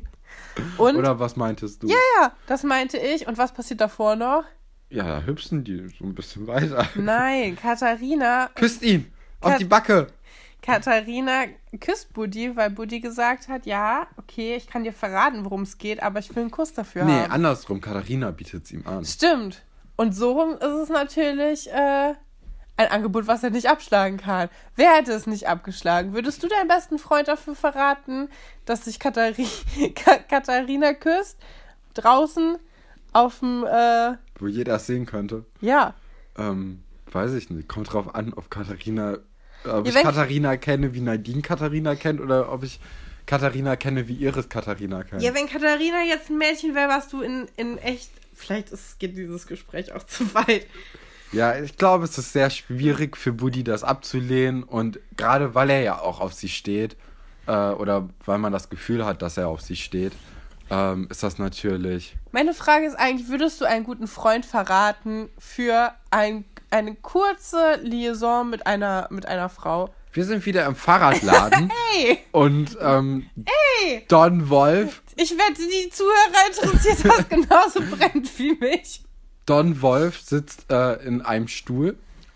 Und, Oder was meintest du? ja, ja, das meinte ich. Und was passiert davor noch? Ja, da hüpsen die so ein bisschen weiter. Nein, Katharina... Küsst ihn! Auf Kat- die Backe! Katharina küsst Buddy, weil Buddy gesagt hat, ja, okay, ich kann dir verraten, worum es geht, aber ich will einen Kuss dafür Nee, haben. andersrum. Katharina bietet es ihm an. Stimmt. Und so rum ist es natürlich äh, ein Angebot, was er nicht abschlagen kann. Wer hätte es nicht abgeschlagen? Würdest du deinen besten Freund dafür verraten, dass sich Kathari- Ka- Katharina küsst? Draußen auf dem, äh, Wo jeder es sehen könnte. ja. Ähm, weiß ich nicht. Kommt drauf an, ob Katharina... Ob Ja, ich wenn- Katharina kenne, wie Nadine Katharina kennt, oder ob ich Katharina kenne, wie Iris Katharina kennt. Ja, wenn Katharina jetzt ein Mädchen wäre, was du in, in echt... Vielleicht ist, geht dieses Gespräch auch zu weit. Ja, ich glaube, es ist sehr schwierig für Buddy, das abzulehnen. Und gerade weil er ja auch auf sie steht, äh, oder weil man das Gefühl hat, dass er auf sie steht, ähm, ist das natürlich... Meine Frage ist eigentlich, würdest du einen guten Freund verraten für ein, eine kurze Liaison mit einer, mit einer Frau? Wir sind wieder im Fahrradladen. Hey! Und ähm, Hey! Don Wolf, Ich wette, die Zuhörer interessiert das genauso brennt wie mich. Don Wolf sitzt äh, in einem Stuhl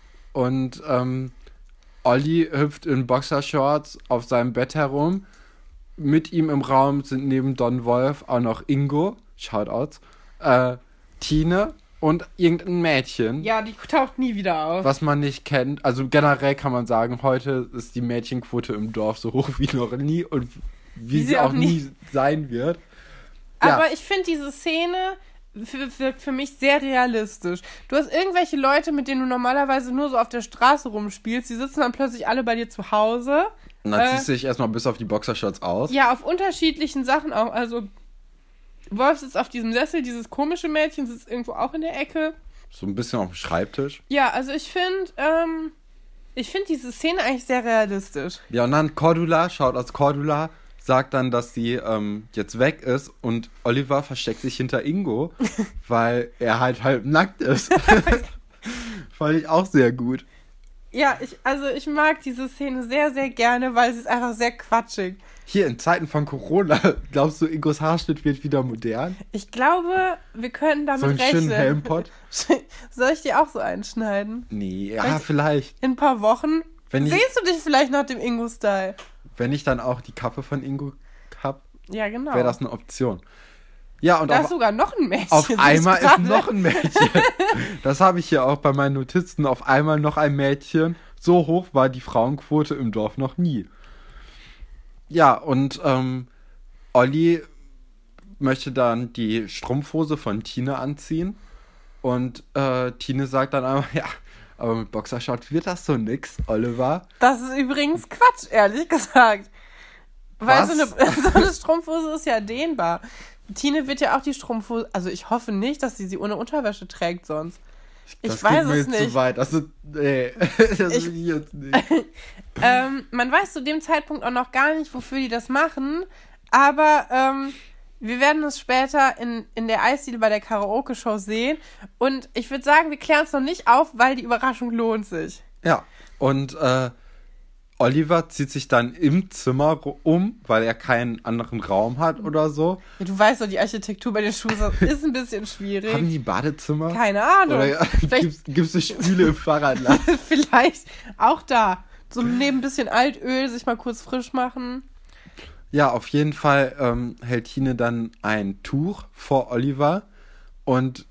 und ähm, Olli hüpft in Boxershorts auf seinem Bett herum. Mit ihm im Raum sind neben Don Wolf auch noch Ingo, Shoutouts, äh, Tine und irgendein Mädchen, Ja, die taucht nie wieder auf. was man nicht kennt. Also generell kann man sagen, heute ist die Mädchenquote im Dorf so hoch wie noch nie und wie, sie auch nie sein wird. Ja. Aber ich finde diese Szene f- wirkt für mich sehr realistisch. Du hast irgendwelche Leute, mit denen du normalerweise nur so auf der Straße rumspielst, die sitzen dann plötzlich alle bei dir zu Hause. Und dann Äh, ziehst du dich erstmal bis auf die Boxershorts aus. Ja, auf unterschiedlichen Sachen auch. Also Wolf sitzt auf diesem Sessel, dieses komische Mädchen sitzt irgendwo auch in der Ecke. So ein bisschen auf dem Schreibtisch. Ja, also ich finde, ähm, ich finde diese Szene eigentlich sehr realistisch. Ja, und dann Cordula, schaut aus Cordula, sagt dann, dass sie ähm, jetzt weg ist und Oliver versteckt sich hinter Ingo, weil er halt halb nackt ist. Fand ich auch sehr gut. Ja, ich, also ich mag diese Szene sehr, sehr gerne, weil sie ist einfach sehr quatschig. Hier in Zeiten von Corona, glaubst du, Ingos Haarschnitt wird wieder modern? Ich glaube, wir können damit So einen rechnen. schönen Helmpott? Soll ich die auch so einschneiden? Nee, ja, Vielleicht- vielleicht. In ein paar Wochen Wenn ich, sehst du dich vielleicht nach dem Ingo-Style. wenn ich dann auch die Kappe von Ingo hab, Ja, genau. wäre das eine Option. Ja, und da auf, ist sogar noch ein Mädchen. auf sehe ich einmal ist gerade. noch ein Mädchen. Das habe ich hier auch bei meinen Notizen. Auf einmal noch ein Mädchen. So hoch war die Frauenquote im Dorf noch nie. Ja, und ähm, Olli möchte dann die Strumpfhose von Tine anziehen. Und äh, Tine sagt dann einfach, ja, aber mit Boxershort wird das so nix, Oliver. Das ist übrigens Quatsch, ehrlich gesagt. Weil so eine, so eine Strumpfhose ist ja dehnbar. Tine wird ja auch die Strumpfhose, also ich hoffe nicht, dass sie sie ohne Unterwäsche trägt sonst. Ich das weiß geht mir es nicht. Zu weit. Also, nee, das ich, will ich jetzt nicht. ähm, man weiß zu dem Zeitpunkt auch noch gar nicht, wofür die das machen, aber ähm, wir werden es später in, in der Eisdiele bei der Karaoke-Show sehen und ich würde sagen, wir klären es noch nicht auf, weil die Überraschung lohnt sich. Ja, und äh, Oliver zieht sich dann im Zimmer um, weil er keinen anderen Raum hat oder so. Ja, du weißt doch, die Architektur bei den Schuhen ist ein bisschen schwierig. Haben die Badezimmer? Keine Ahnung. Oder gibt es eine Spüle im Fahrradladen? Vielleicht auch da. So neben ein bisschen Altöl sich mal kurz frisch machen. Ja, auf jeden Fall ähm, hält Tine dann ein Tuch vor Oliver und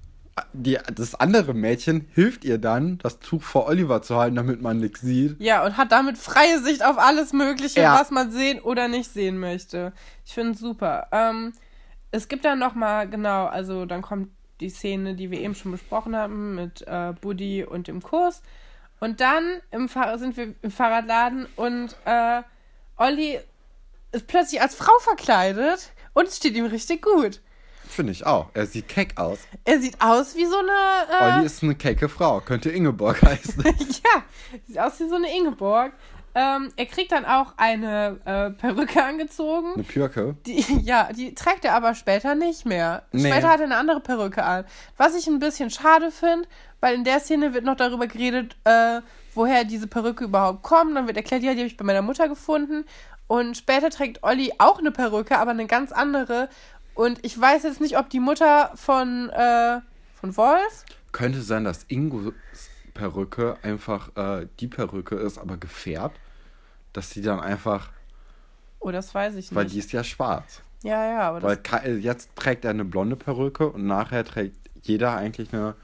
Die, das andere Mädchen hilft ihr dann, das Tuch vor Oliver zu halten, damit man nichts sieht. Ja, und hat damit freie Sicht auf alles Mögliche, ja. was man sehen oder nicht sehen möchte. Ich finde es super. Ähm, es gibt dann nochmal, genau, also dann kommt die Szene, die wir eben schon besprochen haben, mit äh, Buddy und dem Kurs. Und dann im Fahr- sind wir im Fahrradladen und äh, Olli ist plötzlich als Frau verkleidet und es steht ihm richtig gut. Finde ich auch. Er sieht keck aus. Er sieht aus wie so eine... Äh, Olli ist eine kecke Frau. Könnte Ingeborg heißen. Ja, sieht aus wie so eine Ingeborg. Ähm, er kriegt dann auch eine äh, Perücke angezogen. Eine Pürke? Die, ja, die trägt er aber später nicht mehr. Nee. Später hat er eine andere Perücke an. Was ich ein bisschen schade finde, weil in der Szene wird noch darüber geredet, äh, woher diese Perücke überhaupt kommt. Dann wird erklärt, ja, die habe ich bei meiner Mutter gefunden. Und später trägt Olli auch eine Perücke, aber eine ganz andere. Und ich weiß jetzt nicht, ob die Mutter von, äh, von Wolf... Könnte sein, dass Ingos Perücke einfach äh, die Perücke ist, aber gefärbt. Dass sie dann einfach... Oh, das weiß ich nicht. Weil die ist ja schwarz. Ja, ja, aber Weil das... ka- jetzt trägt er eine blonde Perücke und nachher trägt jeder eigentlich eine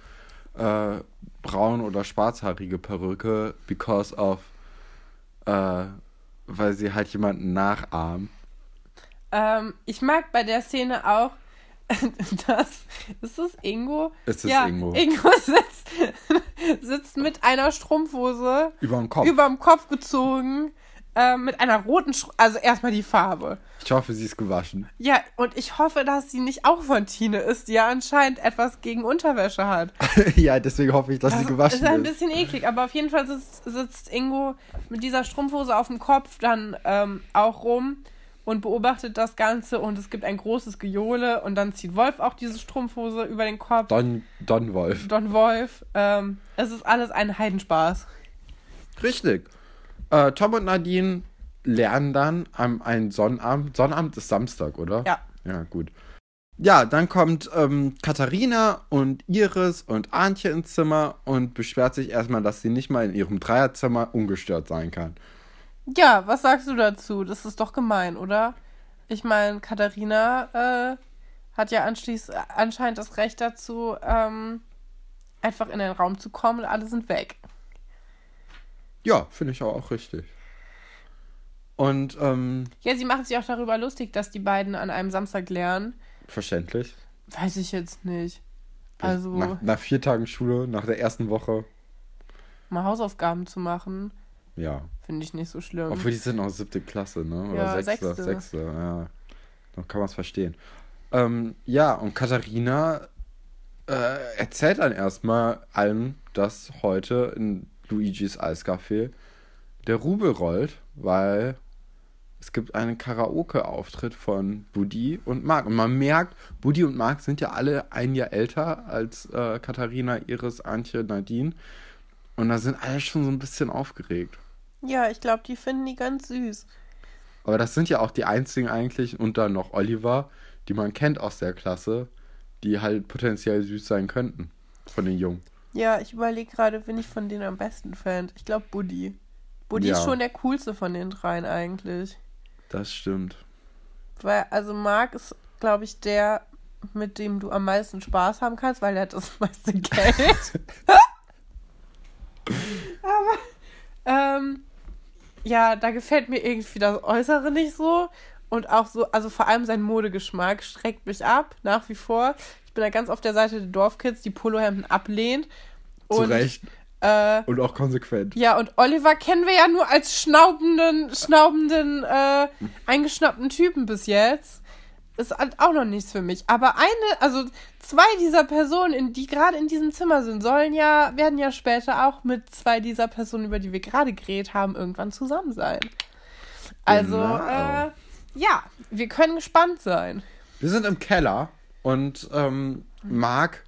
äh, braun- oder schwarzhaarige Perücke, because of... Äh, weil sie halt jemanden nachahmen. Ähm, ich mag bei der Szene auch, dass, ist das Ingo? Es ist ja, Ingo. Ingo sitzt, sitzt mit einer Strumpfhose Überm Kopf. überm Kopf gezogen, äh, mit einer roten, Str- also erstmal die Farbe. Ich hoffe, sie ist gewaschen. Ja, und ich hoffe, dass sie nicht auch von Tine ist, die ja anscheinend etwas gegen Unterwäsche hat. Ja, deswegen hoffe ich, dass Das sie gewaschen ist ein ist. bisschen eklig, aber auf jeden Fall sitzt, sitzt Ingo mit dieser Strumpfhose auf dem Kopf dann ähm, auch rum und beobachtet das Ganze und es gibt ein großes Gejohle und dann zieht Wolf auch diese Strumpfhose über den Kopf. Don, Don Wolf. Don Wolf. Ähm, es ist alles ein Heidenspaß. Richtig. Äh, Tom und Nadine lernen dann am einen Sonnabend. Sonnabend ist Samstag, oder? Ja. Ja, gut. Ja, dann kommt ähm, Katharina und Iris und Antje ins Zimmer und beschwert sich erstmal, dass sie nicht mal in ihrem Dreierzimmer ungestört sein kann. Ja, was sagst du dazu? Das ist doch gemein, oder? Ich meine, Katharina äh, hat ja anschließend, anscheinend das Recht dazu, ähm, einfach in den Raum zu kommen und alle sind weg. Ja, finde ich auch richtig. Und, ähm... Ja, sie machen sich auch darüber lustig, dass die beiden an einem Samstag lernen. Verständlich. Weiß ich jetzt nicht. Also, Nach, nach vier Tagen Schule, nach der ersten Woche. mal Hausaufgaben zu machen, Ja. finde ich nicht so schlimm. Obwohl, die sind noch siebte Klasse, ne? Oder Ja, sechste, sechste. sechste, ja. Dann kann man es verstehen. Ähm, ja, und Katharina äh, erzählt dann erstmal allen, dass heute in Luigis Eiscafé der Rubel rollt, weil es gibt einen Karaoke-Auftritt von Buddy und Marc. Und man merkt, Buddy und Marc sind ja alle ein Jahr älter als äh, Katharina, Iris, Antje, Nadine. Und da sind alle schon so ein bisschen aufgeregt. Ja, ich glaube, die finden die ganz süß. Aber das sind ja auch die einzigen eigentlich, und dann noch Oliver, die man kennt aus der Klasse, die halt potenziell süß sein könnten von den Jungen. Ja, ich überlege gerade, wen ich von denen am besten fände. Ich glaube, Buddy. Buddy Ja. ist schon der coolste von den dreien eigentlich. Das stimmt. Weil, also Marc ist, glaube ich, der, mit dem du am meisten Spaß haben kannst, weil er hat das meiste Geld. Aber, ähm, ja, da gefällt mir irgendwie das Äußere nicht so. und auch so, also vor allem sein Modegeschmack schreckt mich ab, nach wie vor. Ich bin da ganz auf der Seite der Dorfkids, die Polohemden ablehnt. Zu Recht. Äh, und auch konsequent. Ja, und Oliver kennen wir ja nur als schnaubenden, schnaubenden, äh, eingeschnappten Typen bis jetzt. Ist halt auch noch nichts für mich. Aber eine, also zwei dieser Personen, in, die gerade in diesem Zimmer sind, sollen ja, werden ja später auch mit zwei dieser Personen, über die wir gerade geredet haben, irgendwann zusammen sein. Also, Genau. äh, ja, wir können gespannt sein. Wir sind im Keller und ähm, Mark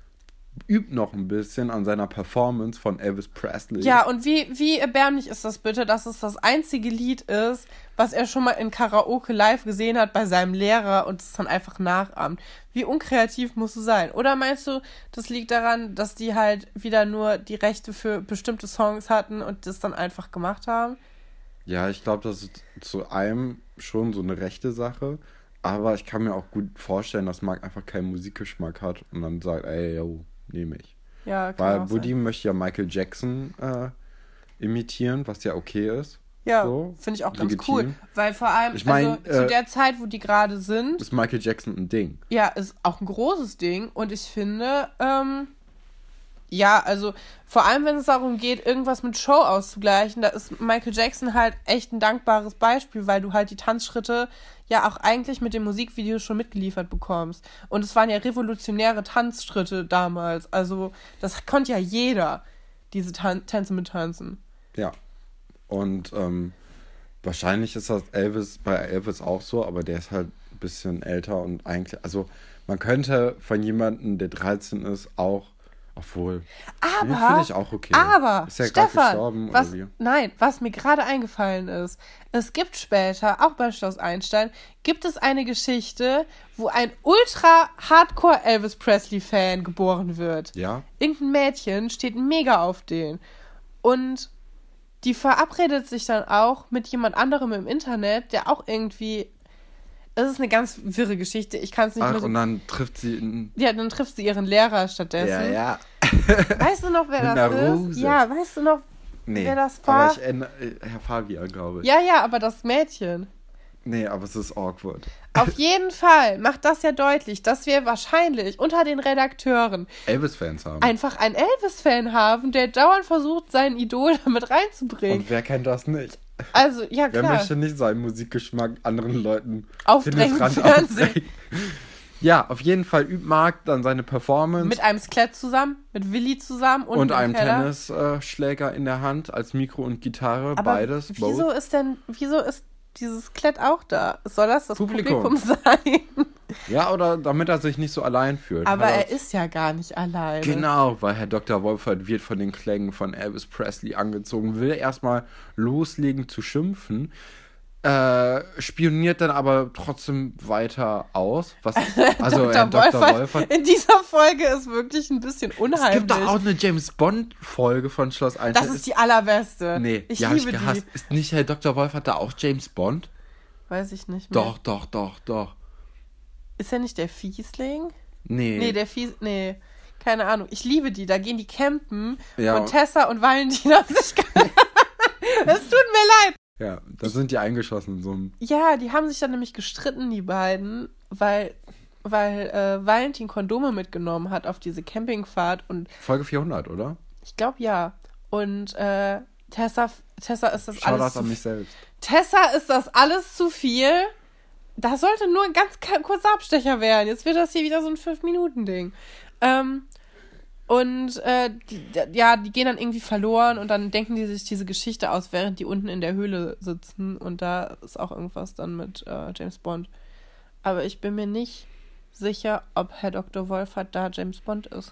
übt noch ein bisschen an seiner Performance von Elvis Presley. Ja, und wie, wie erbärmlich ist das bitte, dass es das einzige Lied ist, was er schon mal in Karaoke live gesehen hat bei seinem Lehrer und es dann einfach nachahmt. Wie unkreativ musst du sein? Oder meinst du, das liegt daran, dass die halt wieder nur die Rechte für bestimmte Songs hatten und das dann einfach gemacht haben? Ja, ich glaube, das ist zu einem schon so eine rechte Sache. Aber ich kann mir auch gut vorstellen, dass Mark einfach keinen Musikgeschmack hat und dann sagt, ey, yo, nehme ich. Ja, kann Weil auch Woody sein. möchte ja Michael Jackson äh, imitieren, was ja okay ist. Ja, so, finde ich auch legitim. ganz cool. Weil vor allem, Ich mein, also äh, zu der Zeit, wo die gerade sind, Ist Michael Jackson ein Ding? ja, ist auch ein großes Ding. Und ich finde, ähm, ja, also vor allem, wenn es darum geht, irgendwas mit Show auszugleichen, da ist Michael Jackson halt echt ein dankbares Beispiel, weil du halt die Tanzschritte ja auch eigentlich mit dem Musikvideo schon mitgeliefert bekommst. Und es waren ja revolutionäre Tanzschritte damals. Also das konnte ja jeder, diese Tan- Tänze mit tanzen. Ja. Und ähm, wahrscheinlich ist das Elvis bei Elvis auch so, aber der ist halt ein bisschen älter und eigentlich, also man könnte von jemandem, der dreizehn ist, auch, obwohl, den Aber, finde ich auch okay. aber, Ist ja gerade Stefan, gestorben was, oder wie? nein, was mir gerade eingefallen ist, es gibt später, auch bei Schloss Einstein, gibt es eine Geschichte, wo ein ultra-Hardcore-Elvis-Presley-Fan geboren wird. Ja? Irgendein Mädchen steht mega auf den. Und die verabredet sich dann auch mit jemand anderem im Internet, der auch irgendwie. Es ist eine ganz wirre Geschichte. Ich kann es nicht Ach, mehr so. und dann trifft sie einen... Ja, dann trifft sie ihren Lehrer stattdessen. ja. Weißt du noch, wer Mit das einer ist? Rose. Ja, weißt du noch, Nee, wer das war? aber ich erinnere, Herr Fabian, glaube ich. Ja, ja, aber das Mädchen. Nee, aber es ist awkward. Auf jeden Fall macht das ja deutlich, dass wir wahrscheinlich unter den Redakteuren Elvis-Fans haben. einfach einen Elvis-Fan haben, der dauernd versucht, sein Idol damit reinzubringen. Und wer kennt das nicht? Also, ja, Wer klar. möchte nicht seinen Musikgeschmack anderen Leuten Aufdrängen im penetrant Fernsehen. aufdrängen? Ja, auf jeden Fall übt Mark dann seine Performance Mit einem Skelett zusammen, mit Willi zusammen und, und im einem Keller. Tennisschläger in der Hand als Mikro und Gitarre, Aber beides. wieso both. ist denn, wieso ist dieses Skelett auch da? Soll das das Publikum. Publikum, sein? Ja, oder damit er sich nicht so allein fühlt. Aber Weil er ist ja gar nicht alleine. Genau, weil Herr Doktor Wolfert wird von den Klängen von Elvis Presley angezogen, will erstmal loslegen zu schimpfen, äh, spioniert dann aber trotzdem weiter aus. Was, also Herr Doktor Wolfert. In dieser Folge ist wirklich ein bisschen unheimlich. Es gibt doch auch eine James Bond-Folge von Schloss Einstein. Das ist die allerbeste. Nee, ich die hab liebe ich gehasst. die. Ist nicht Herr Doktor Wolfert da auch James Bond? Weiß ich nicht mehr. Doch, doch, doch, doch. Ist er nicht der Fiesling? Nee. Nee, der Fies... Nee, keine Ahnung. Ich liebe die. Da gehen die campen Ja. und Tessa und Valentin haben sich... Es tut mir leid. Ja, da sind die eingeschossen in so einem... Ja, die haben sich dann nämlich gestritten, die beiden, weil, weil äh, Valentin Kondome mitgenommen hat auf diese Campingfahrt und Folge vierhundert, oder? ich glaube ja. Und äh, Tessa, Tessa ist das alles Shoutout zu an mich selbst. Tessa ist das alles zu viel. Das sollte nur ein ganz k- kurzer Abstecher werden. Jetzt wird das hier wieder so ein fünf Minuten Ding. Ähm, und äh, die, d- ja, die gehen dann irgendwie verloren und dann denken die sich diese Geschichte aus, während die unten in der Höhle sitzen. Und da ist auch irgendwas dann mit äh, James Bond. Aber ich bin mir nicht sicher, ob Herr Doktor Wolfert da James Bond ist.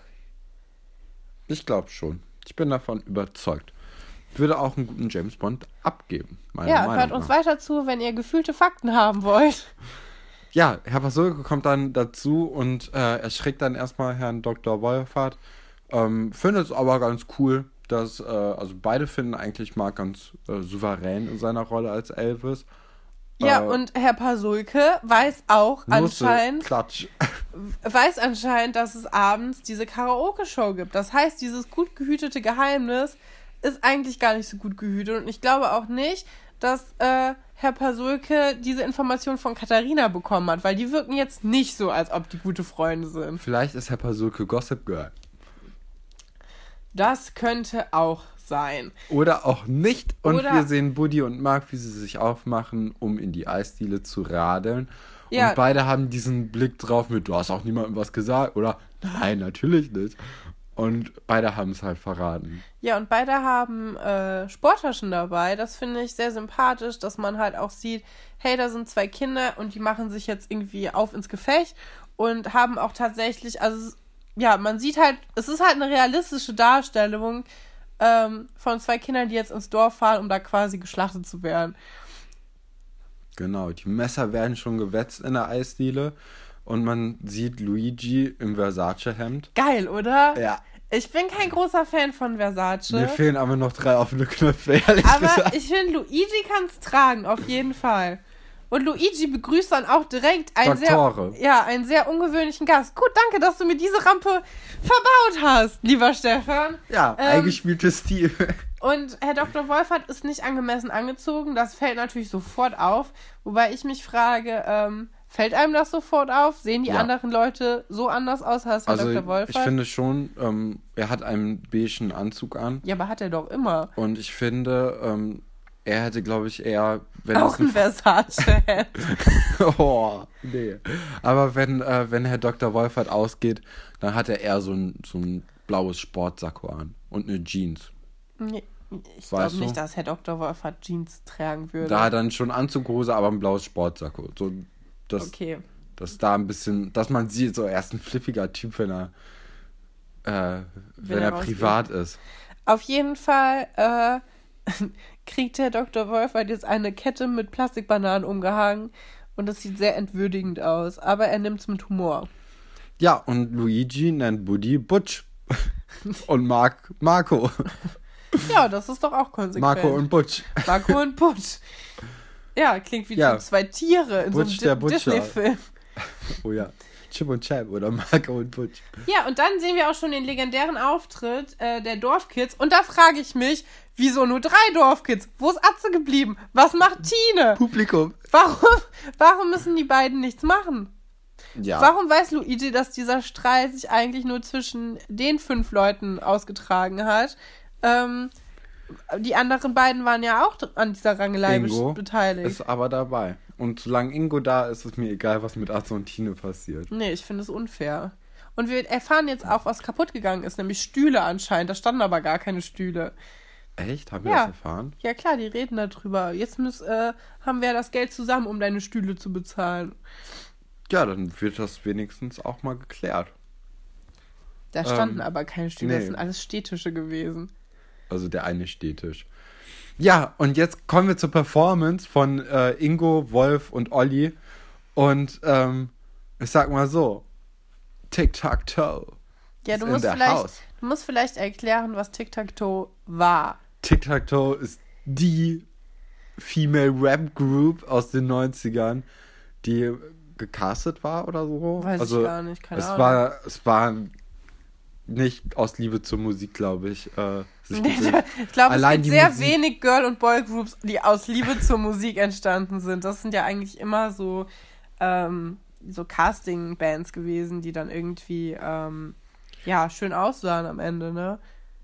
Ich glaube schon. Ich bin davon überzeugt. Würde auch einen guten James Bond abgeben, meiner Ja, Meinung hört nach. uns weiter zu, wenn ihr gefühlte Fakten haben wollt. Ja, Herr Pasulke kommt dann dazu und äh, erschreckt dann erstmal Herrn Doktor Wolfert. Ähm, findet es aber ganz cool, dass, äh, also beide finden eigentlich Mark ganz äh, souverän in seiner Rolle als Elvis. Ja, Äh, und Herr Pasulke weiß auch Nusse, anscheinend, Klatsch. weiß anscheinend, dass es abends diese Karaoke-Show gibt. Das heißt, dieses gut gehütete Geheimnis ist eigentlich gar nicht so gut gehütet. Und ich glaube auch nicht, dass äh, Herr Pasulke diese Information von Katharina bekommen hat, weil die wirken jetzt nicht so, als ob die gute Freunde sind. Vielleicht ist Herr Pasulke Gossip Girl. Das könnte auch sein. Oder auch nicht. Und Oder wir sehen Buddy und Mark, wie sie sich aufmachen, um in die Eisdiele zu radeln. Ja. Und beide haben diesen Blick drauf mit, du hast auch niemandem was gesagt. Oder, nein, natürlich nicht. Und beide haben es halt verraten. Ja, und beide haben äh, Sporttaschen dabei. Das finde ich sehr sympathisch, dass man halt auch sieht, hey, da sind zwei Kinder und die machen sich jetzt irgendwie auf ins Gefecht und haben auch tatsächlich, also ja, man sieht halt, es ist halt eine realistische Darstellung ähm, von zwei Kindern, die jetzt ins Dorf fahren, um da quasi geschlachtet zu werden. Genau, die Messer werden schon gewetzt in der Eisdiele. Und man sieht Luigi im Versace-Hemd. Geil, oder? Ja. Ich bin kein großer Fan von Versace. Mir fehlen aber noch drei offene Knöpfe, ehrlich aber gesagt. ich finde, Luigi kann es tragen, auf jeden Fall. Und Luigi begrüßt dann auch direkt einen Doktore. sehr, ja, einen sehr ungewöhnlichen Gast. Gut, danke, dass du mir diese Rampe verbaut hast, lieber Stefan. Ja, Ähm, eingespieltes Stil. Und Herr Doktor Wolfert ist nicht angemessen angezogen. Das fällt natürlich sofort auf. Wobei ich mich frage, ähm, fällt einem das sofort auf? Sehen die Ja. anderen Leute so anders aus als Herr Also Doktor Wolfert? ich finde schon, ähm, er hat einen beigen Anzug an. Ja, aber hat er doch immer. Und ich finde, ähm, er hätte, glaube ich, eher... Wenn Auch es ein Versace-Hemd. Oh, nee. Aber wenn, äh, wenn Herr Doktor Wolfert ausgeht, dann hat er eher so ein, so ein blaues Sportsacko an und eine Jeans. Nee, ich Weißt glaube nicht, du? dass Herr Doktor Wolfert Jeans tragen würde. Da hat er dann schon Anzughose, aber ein blaues Sportsacko. So, dass, Okay. dass da ein bisschen, dass man sieht, so er ist ein flippiger Typ, wenn er, äh, wenn, er er rausgeht. privat ist. Auf jeden Fall äh, kriegt Herr Doktor Wolfert jetzt eine Kette mit Plastikbananen umgehangen und das sieht sehr entwürdigend aus, aber er nimmt es mit Humor. Ja, und Luigi nennt Buddy Butch. Und Mark Marco. Ja, das ist doch auch konsequent. Marco und Butch. Marco und Butch. Ja, klingt wie Ja. so zwei Tiere in Butch, so der einem Di- Butcher. Disney-Film. Oh ja. Chip und Chap oder Marco und Butch. Ja, und dann sehen wir auch schon den legendären Auftritt äh, der Dorfkids. Und da frage ich mich, wieso nur drei Dorfkids? Wo ist Atze geblieben? Was macht Tine? Publikum. Warum, warum müssen die beiden nichts machen? Ja. Warum weiß Luigi, dass dieser Streit sich eigentlich nur zwischen den fünf Leuten ausgetragen hat? Ähm, die anderen beiden waren ja auch an dieser Rangelei Ingo be- beteiligt. ist aber dabei. Und solange Ingo da ist, ist mir egal, was mit Atze und Tine passiert. Nee, ich finde es unfair. Und wir erfahren jetzt auch, was kaputt gegangen ist, nämlich Stühle anscheinend. Da standen aber gar keine Stühle. Echt? Haben wir Ja. das erfahren? Ja klar, die reden darüber. Jetzt müß, äh, haben wir das Geld zusammen, um deine Stühle zu bezahlen. Ja, dann wird das wenigstens auch mal geklärt. Da standen Ähm, aber keine Stühle, das nee. sind alles Städtische gewesen. Also der eine Städtisch. Ja, und jetzt kommen wir zur Performance von äh, Ingo, Wolf und Olli. Und ähm, ich sag mal so, Tic-Tac-Toe. Ja, ist du in musst, der vielleicht, Haus. du musst vielleicht erklären, was Tic-Tac-Toe war. Tic-Tac-Toe ist die Female Rap Group aus den neunzigern, die gecastet war oder so. Weiß also, ich gar nicht, keine es Ahnung. War, es war nicht aus Liebe zur Musik, glaube ich. Äh, sich diese- Ich glaube, es Allein gibt die sehr Musik- wenig Girl- und Boy-Groups, die aus Liebe zur Musik entstanden sind. Das sind ja eigentlich immer so, ähm, so Casting-Bands gewesen, die dann irgendwie ähm, ja, schön aussahen am Ende, ne?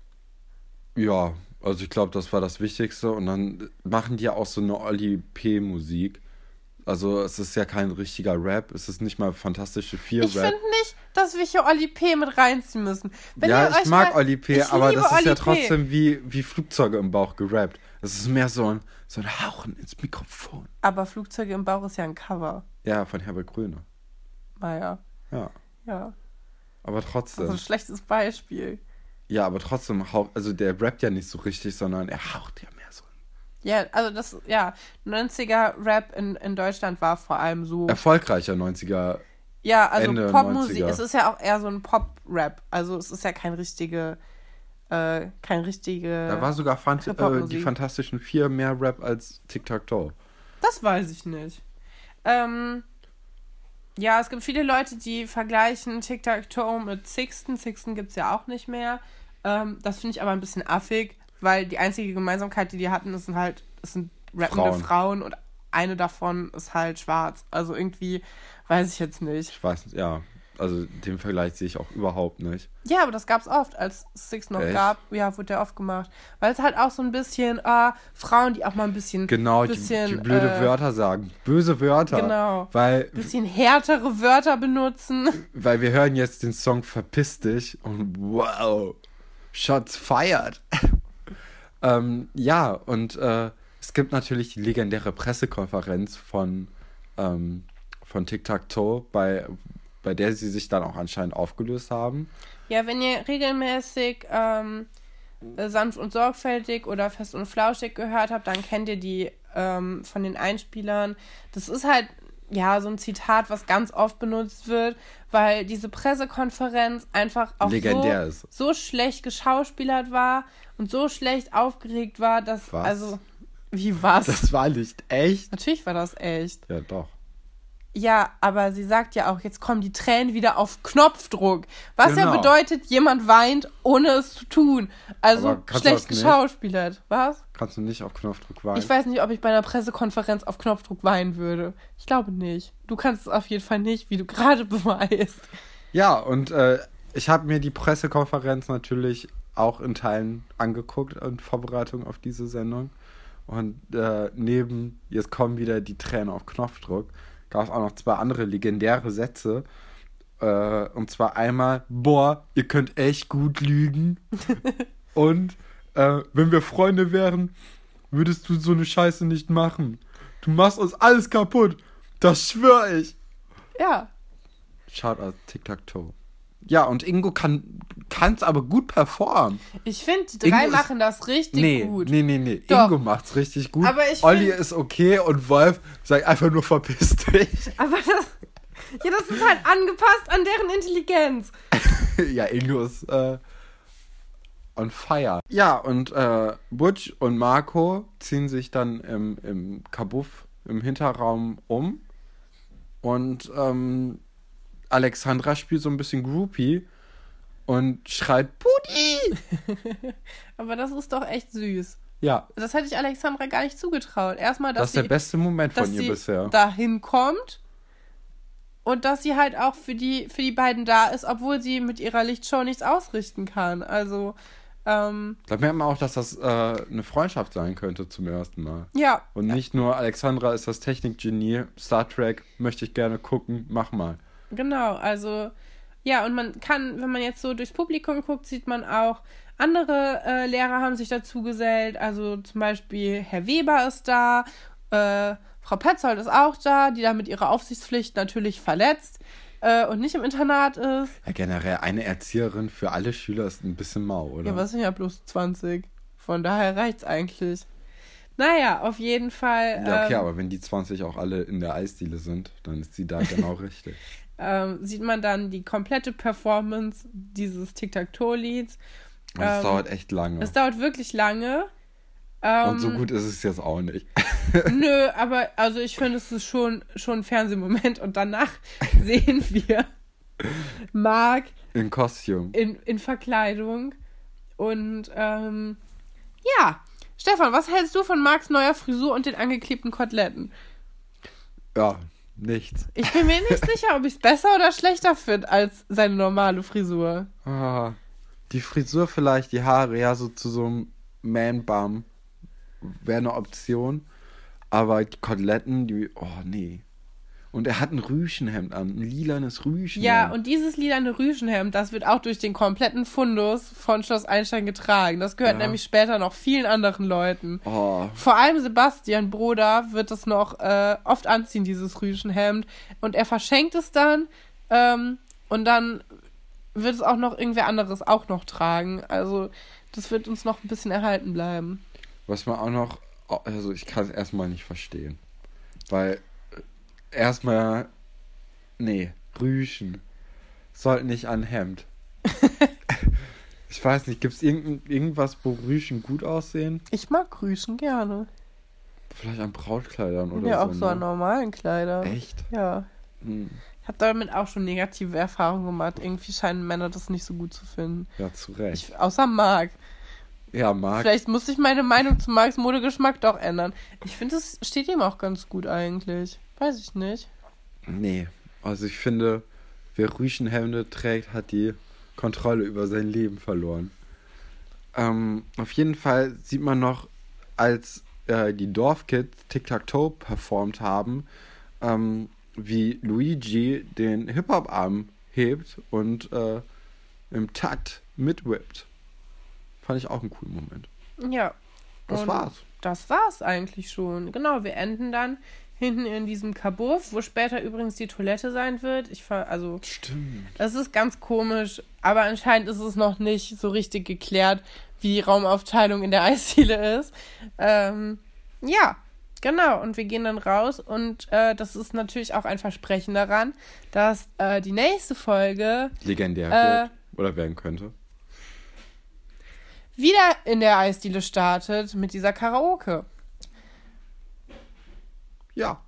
Ja, also ich glaube, das war das Wichtigste. Und dann machen die ja auch so eine Oli P-Musik. Also es ist ja kein richtiger Rap, es ist nicht mal Fantastische Vier Ich Rap. finde nicht, dass wir hier Oli P. mit reinziehen müssen. Wenn Ja, ihr ich euch mag mal, Oli P., ich aber liebe das ist Oli ja P. trotzdem wie, wie Flugzeuge im Bauch gerappt. Es ist mehr so ein, so ein Hauchen ins Mikrofon. Aber Flugzeuge im Bauch ist ja ein Cover. Ja, von Herbert Gröner. Naja, Ja, ja. aber trotzdem. Also ein schlechtes Beispiel. Ja, aber trotzdem, haucht, also der rappt ja nicht so richtig, sondern er haucht ja mehr so. Ja, also das, ja, neunziger-Rap in, in Deutschland war vor allem so. Erfolgreicher neunziger. Ja, also Ende Popmusik, neunziger. es ist ja auch eher so ein Pop-Rap. Also es ist ja kein richtige, äh, kein richtige. Da war sogar Fant äh, Hip-Hop-Musik. die Fantastischen Vier mehr Rap als Tic-Tac-Toe. Das weiß ich nicht. Ähm, ja, es gibt viele Leute, die vergleichen Tic-Tac-Toe mit Sixten. Sixten gibt's ja auch nicht mehr. Ähm, das finde ich aber ein bisschen affig, weil die einzige Gemeinsamkeit, die die hatten, ist sind halt, es sind rappende Frauen. Frauen und eine davon ist halt schwarz. Also irgendwie, weiß ich jetzt nicht. Ich weiß nicht, ja. Also den Vergleich sehe ich auch überhaupt nicht. Ja, aber das gab's oft, als es Six noch Echt? gab. Ja, wurde der oft gemacht. Weil es halt auch so ein bisschen, ah, Frauen, die auch mal ein bisschen... Genau, bisschen, die, die blöde äh, Wörter sagen. Böse Wörter. Genau. Weil, bisschen härtere Wörter benutzen. weil wir hören jetzt den Song Verpiss dich und wow, Shots fired. ähm, ja, und äh, es gibt natürlich die legendäre Pressekonferenz von, ähm, von Tic-Tac-Toe, bei, bei der sie sich dann auch anscheinend aufgelöst haben. Ja, wenn ihr regelmäßig ähm, sanft und sorgfältig oder fest und flauschig gehört habt, dann kennt ihr die ähm, von den Einspielern. Das ist halt, ja, so ein Zitat, was ganz oft benutzt wird, weil diese Pressekonferenz einfach auch Legendär so, ist. so schlecht geschauspielert war und so schlecht aufgeregt war, dass, Was? also, wie was? Das war nicht echt. Natürlich war das echt. Ja, doch. Ja, aber sie sagt ja auch, jetzt kommen die Tränen wieder auf Knopfdruck. Was ja Genau. bedeutet, jemand weint, ohne es zu tun. Also Aber kannst du schlecht das nicht? geschauspielert. Was? Kannst du nicht auf Knopfdruck weinen? Ich weiß nicht, ob ich bei einer Pressekonferenz auf Knopfdruck weinen würde. Ich glaube nicht. Du kannst es auf jeden Fall nicht, wie du gerade beweist. Ja, und äh, ich habe mir die Pressekonferenz natürlich auch in Teilen angeguckt in Vorbereitung auf diese Sendung. Und äh, neben, jetzt kommen wieder die Tränen auf Knopfdruck, gab es auch noch zwei andere legendäre Sätze. Äh, und zwar einmal, boah, ihr könnt echt gut lügen. Und äh, wenn wir Freunde wären, würdest du so eine Scheiße nicht machen. Du machst uns alles kaputt. Das schwöre ich. Ja. Shoutout Tic-Tac-Toe. Ja, und Ingo kann es aber gut performen. Ich finde, die drei Ingo ist- machen das richtig Nee, gut. nee, nee, nee. Doch. Ingo macht's richtig gut. Aber ich Olli find- ist okay und Wolf sagt einfach nur verpiss dich. Aber das, ja, das ist halt angepasst an deren Intelligenz. Ja, Ingo ist äh, on fire. Ja, und äh, Butch und Marco ziehen sich dann im, im Kabuff im Hinterraum um. Und ähm, Alexandra spielt so ein bisschen Groupie und schreit Pudi! Aber das ist doch echt süß. Ja, Das hätte ich Alexandra gar nicht zugetraut. Erstmal, das dass ist der sie, beste Moment dass von ihr sie bisher. dahin kommt und dass sie halt auch für die, für die beiden da ist, obwohl sie mit ihrer Lichtshow nichts ausrichten kann. Also, ähm, Da merkt man auch, dass das äh, eine Freundschaft sein könnte zum ersten Mal. ja. Und nicht nur Alexandra ist das Technikgenie, Star Trek, möchte ich gerne gucken, mach mal. Genau, also ja, und man kann, wenn man jetzt so durchs Publikum guckt, sieht man auch, andere äh, Lehrer haben sich dazu gesellt, also zum Beispiel Herr Weber ist da, äh, Frau Petzold ist auch da, die damit ihre Aufsichtspflicht natürlich verletzt äh, und nicht im Internat ist. Ja, generell eine Erzieherin für alle Schüler ist ein bisschen mau, oder? Ja, aber es sind ja bloß zwanzig, von daher reicht's eigentlich. Naja, auf jeden Fall. Ja, okay, ähm, aber wenn die zwanzig auch alle in der Eisdiele sind, dann ist sie da genau richtig. ähm, sieht man dann die komplette Performance dieses Tic-Tac-Toe-Lieds. Und es Ähm, dauert echt lange. Es dauert wirklich lange. Ähm, Und so gut ist es jetzt auch nicht. Nö, aber also ich finde, es ist schon, schon ein Fernsehmoment und danach sehen wir Marc In Kostüm. in, in Verkleidung und ähm, ja, Stefan, was hältst du von Marcs neuer Frisur und den angeklebten Koteletten? Ja, nichts. Ich bin mir nicht sicher, ob ich es besser oder schlechter finde als seine normale Frisur. Ah, die Frisur vielleicht, die Haare, ja, so zu so einem Man-Bum wäre eine Option. Aber die Koteletten, die, oh nee. Und er hat ein Rüschenhemd an, ein lilanes Rüschenhemd. Ja, und dieses lilane Rüschenhemd, das wird auch durch den kompletten Fundus von Schloss Einstein getragen. Das gehört Ja. nämlich später noch vielen anderen Leuten. Oh, Vor allem Sebastian Broda wird es noch äh, oft anziehen, dieses Rüschenhemd. Und er verschenkt es dann ähm, und dann wird es auch noch irgendwer anderes auch noch tragen. Also das wird uns noch ein bisschen erhalten bleiben. was man auch noch, also ich kann es erstmal nicht verstehen. Weil erstmal, nee, Rüschen sollten nicht an Hemd. Ich weiß nicht, gibt es irgend, irgendwas, wo Rüschen gut aussehen? Ich mag Rüschen gerne. Vielleicht an Brautkleidern oder Ja, so. auch so an ne? normalen Kleidern. Echt? Ja. Hm. Ich habe damit auch schon negative Erfahrungen gemacht. Irgendwie scheinen Männer das nicht so gut zu finden. Ja, zu Recht. Ich, außer Marc. Ja, Marc. Vielleicht muss ich meine Meinung zu Marcs Modegeschmack doch ändern. Ich finde, es steht ihm auch ganz gut eigentlich. Weiß ich nicht. Nee, also ich finde, wer Rüschenhemde trägt, hat die Kontrolle über sein Leben verloren. Ähm, auf jeden Fall sieht man noch, als äh, die Dorfkids Tic-Tac-Toe performt haben, ähm, wie Luigi den Hip-Hop-Arm hebt und äh, im Takt mitwippt. Fand ich auch einen coolen Moment. Ja. Das Und war's. Das war's eigentlich schon. Genau, wir enden dann hinten in diesem Kabuff, wo später übrigens die Toilette sein wird. Ich ver also Stimmt. Das ist ganz komisch, aber anscheinend ist es noch nicht so richtig geklärt, wie die Raumaufteilung in der Eisdiele ist. Ähm, ja, genau. Und wir gehen dann raus und äh, das ist natürlich auch ein Versprechen daran, dass äh, die nächste Folge legendär äh, wird oder werden könnte. Wieder in der Eisdiele startet mit dieser Karaoke. Ja.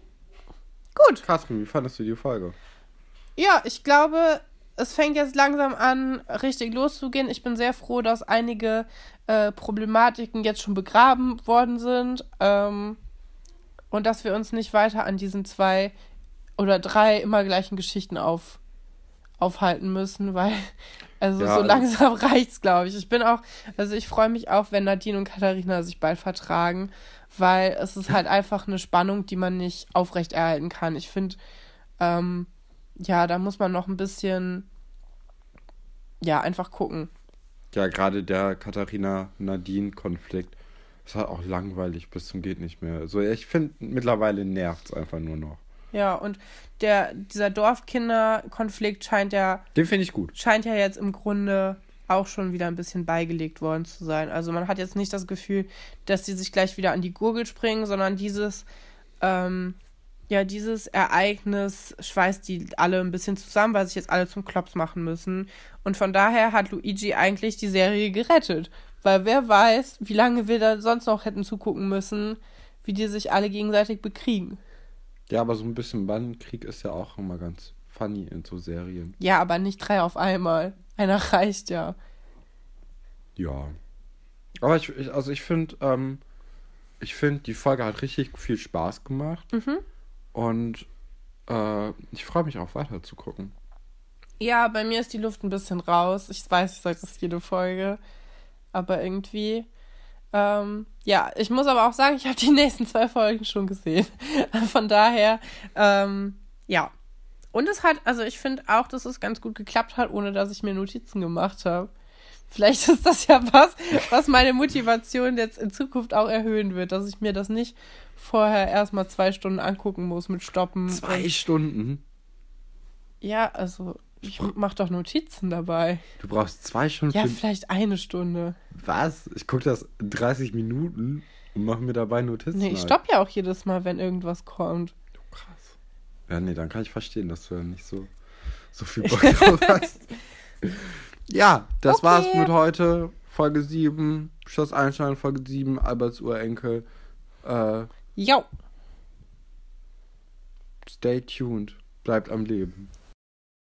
Gut. Katrin, wie fandest du die Folge? Ja, ich glaube, es fängt jetzt langsam an, richtig loszugehen. Ich bin sehr froh, dass einige äh, Problematiken jetzt schon begraben worden sind. Ähm, und dass wir uns nicht weiter an diesen zwei oder drei immer gleichen Geschichten auf, aufhalten müssen, weil also Ja, so also- langsam reicht's, glaube ich. Ich bin auch, also ich freue mich auch, wenn Nadine und Katharina sich bald vertragen, weil es ist halt einfach eine Spannung, die man nicht aufrechterhalten kann. Ich finde, ähm, ja, da muss man noch ein bisschen, ja, einfach gucken. Ja, gerade der Katharina-Nadine-Konflikt ist halt auch langweilig bis zum geht nicht mehr. So, ich finde, mittlerweile nervt es einfach nur noch. Ja, und der, dieser Dorfkinder-Konflikt scheint ja, Den finde ich gut. scheint ja jetzt im Grunde auch schon wieder ein bisschen beigelegt worden zu sein. Also man hat jetzt nicht das Gefühl, dass die sich gleich wieder an die Gurgel springen, sondern dieses, ähm, ja, dieses Ereignis schweißt die alle ein bisschen zusammen, weil sich jetzt alle zum Klops machen müssen. Und von daher hat Luigi eigentlich die Serie gerettet. Weil wer weiß, wie lange wir da sonst noch hätten zugucken müssen, wie die sich alle gegenseitig bekriegen. Ja, aber so ein bisschen Bandenkrieg ist ja auch immer ganz funny in so Serien. Ja, aber nicht drei auf einmal. Einer reicht ja. Ja. Aber ich, ich also ich finde, ähm, ich finde, die Folge hat richtig viel Spaß gemacht. Mhm. Und äh, ich freue mich auch weiter zu gucken. Ja, bei mir ist die Luft ein bisschen raus. Ich weiß, ich sage das jede Folge. Aber irgendwie, ähm, ja, ich muss aber auch sagen, ich habe die nächsten zwei Folgen schon gesehen. Von daher, ähm, ja. Und es hat, also ich finde auch, dass es ganz gut geklappt hat, ohne dass ich mir Notizen gemacht habe. Vielleicht ist das ja was, was meine Motivation jetzt in Zukunft auch erhöhen wird, dass ich mir das nicht vorher erstmal zwei Stunden angucken muss mit Stoppen. Zwei und, Stunden? ja, also ich mach doch Notizen dabei. Du brauchst zwei Stunden Ja, für... vielleicht eine Stunde. Was? Ich gucke das in dreißig Minuten und mache mir dabei Notizen. Nee, ich halt. stopp ja auch jedes Mal, wenn irgendwas kommt. Krass. Ja, nee, dann kann ich verstehen, dass du ja nicht so, so viel Bock drauf hast. Ja, das Okay. war's mit heute. Folge sieben. Schloss Einstein, Folge sieben. Alberts Urenkel. Äh, Jo. stay tuned. Bleibt am Leben.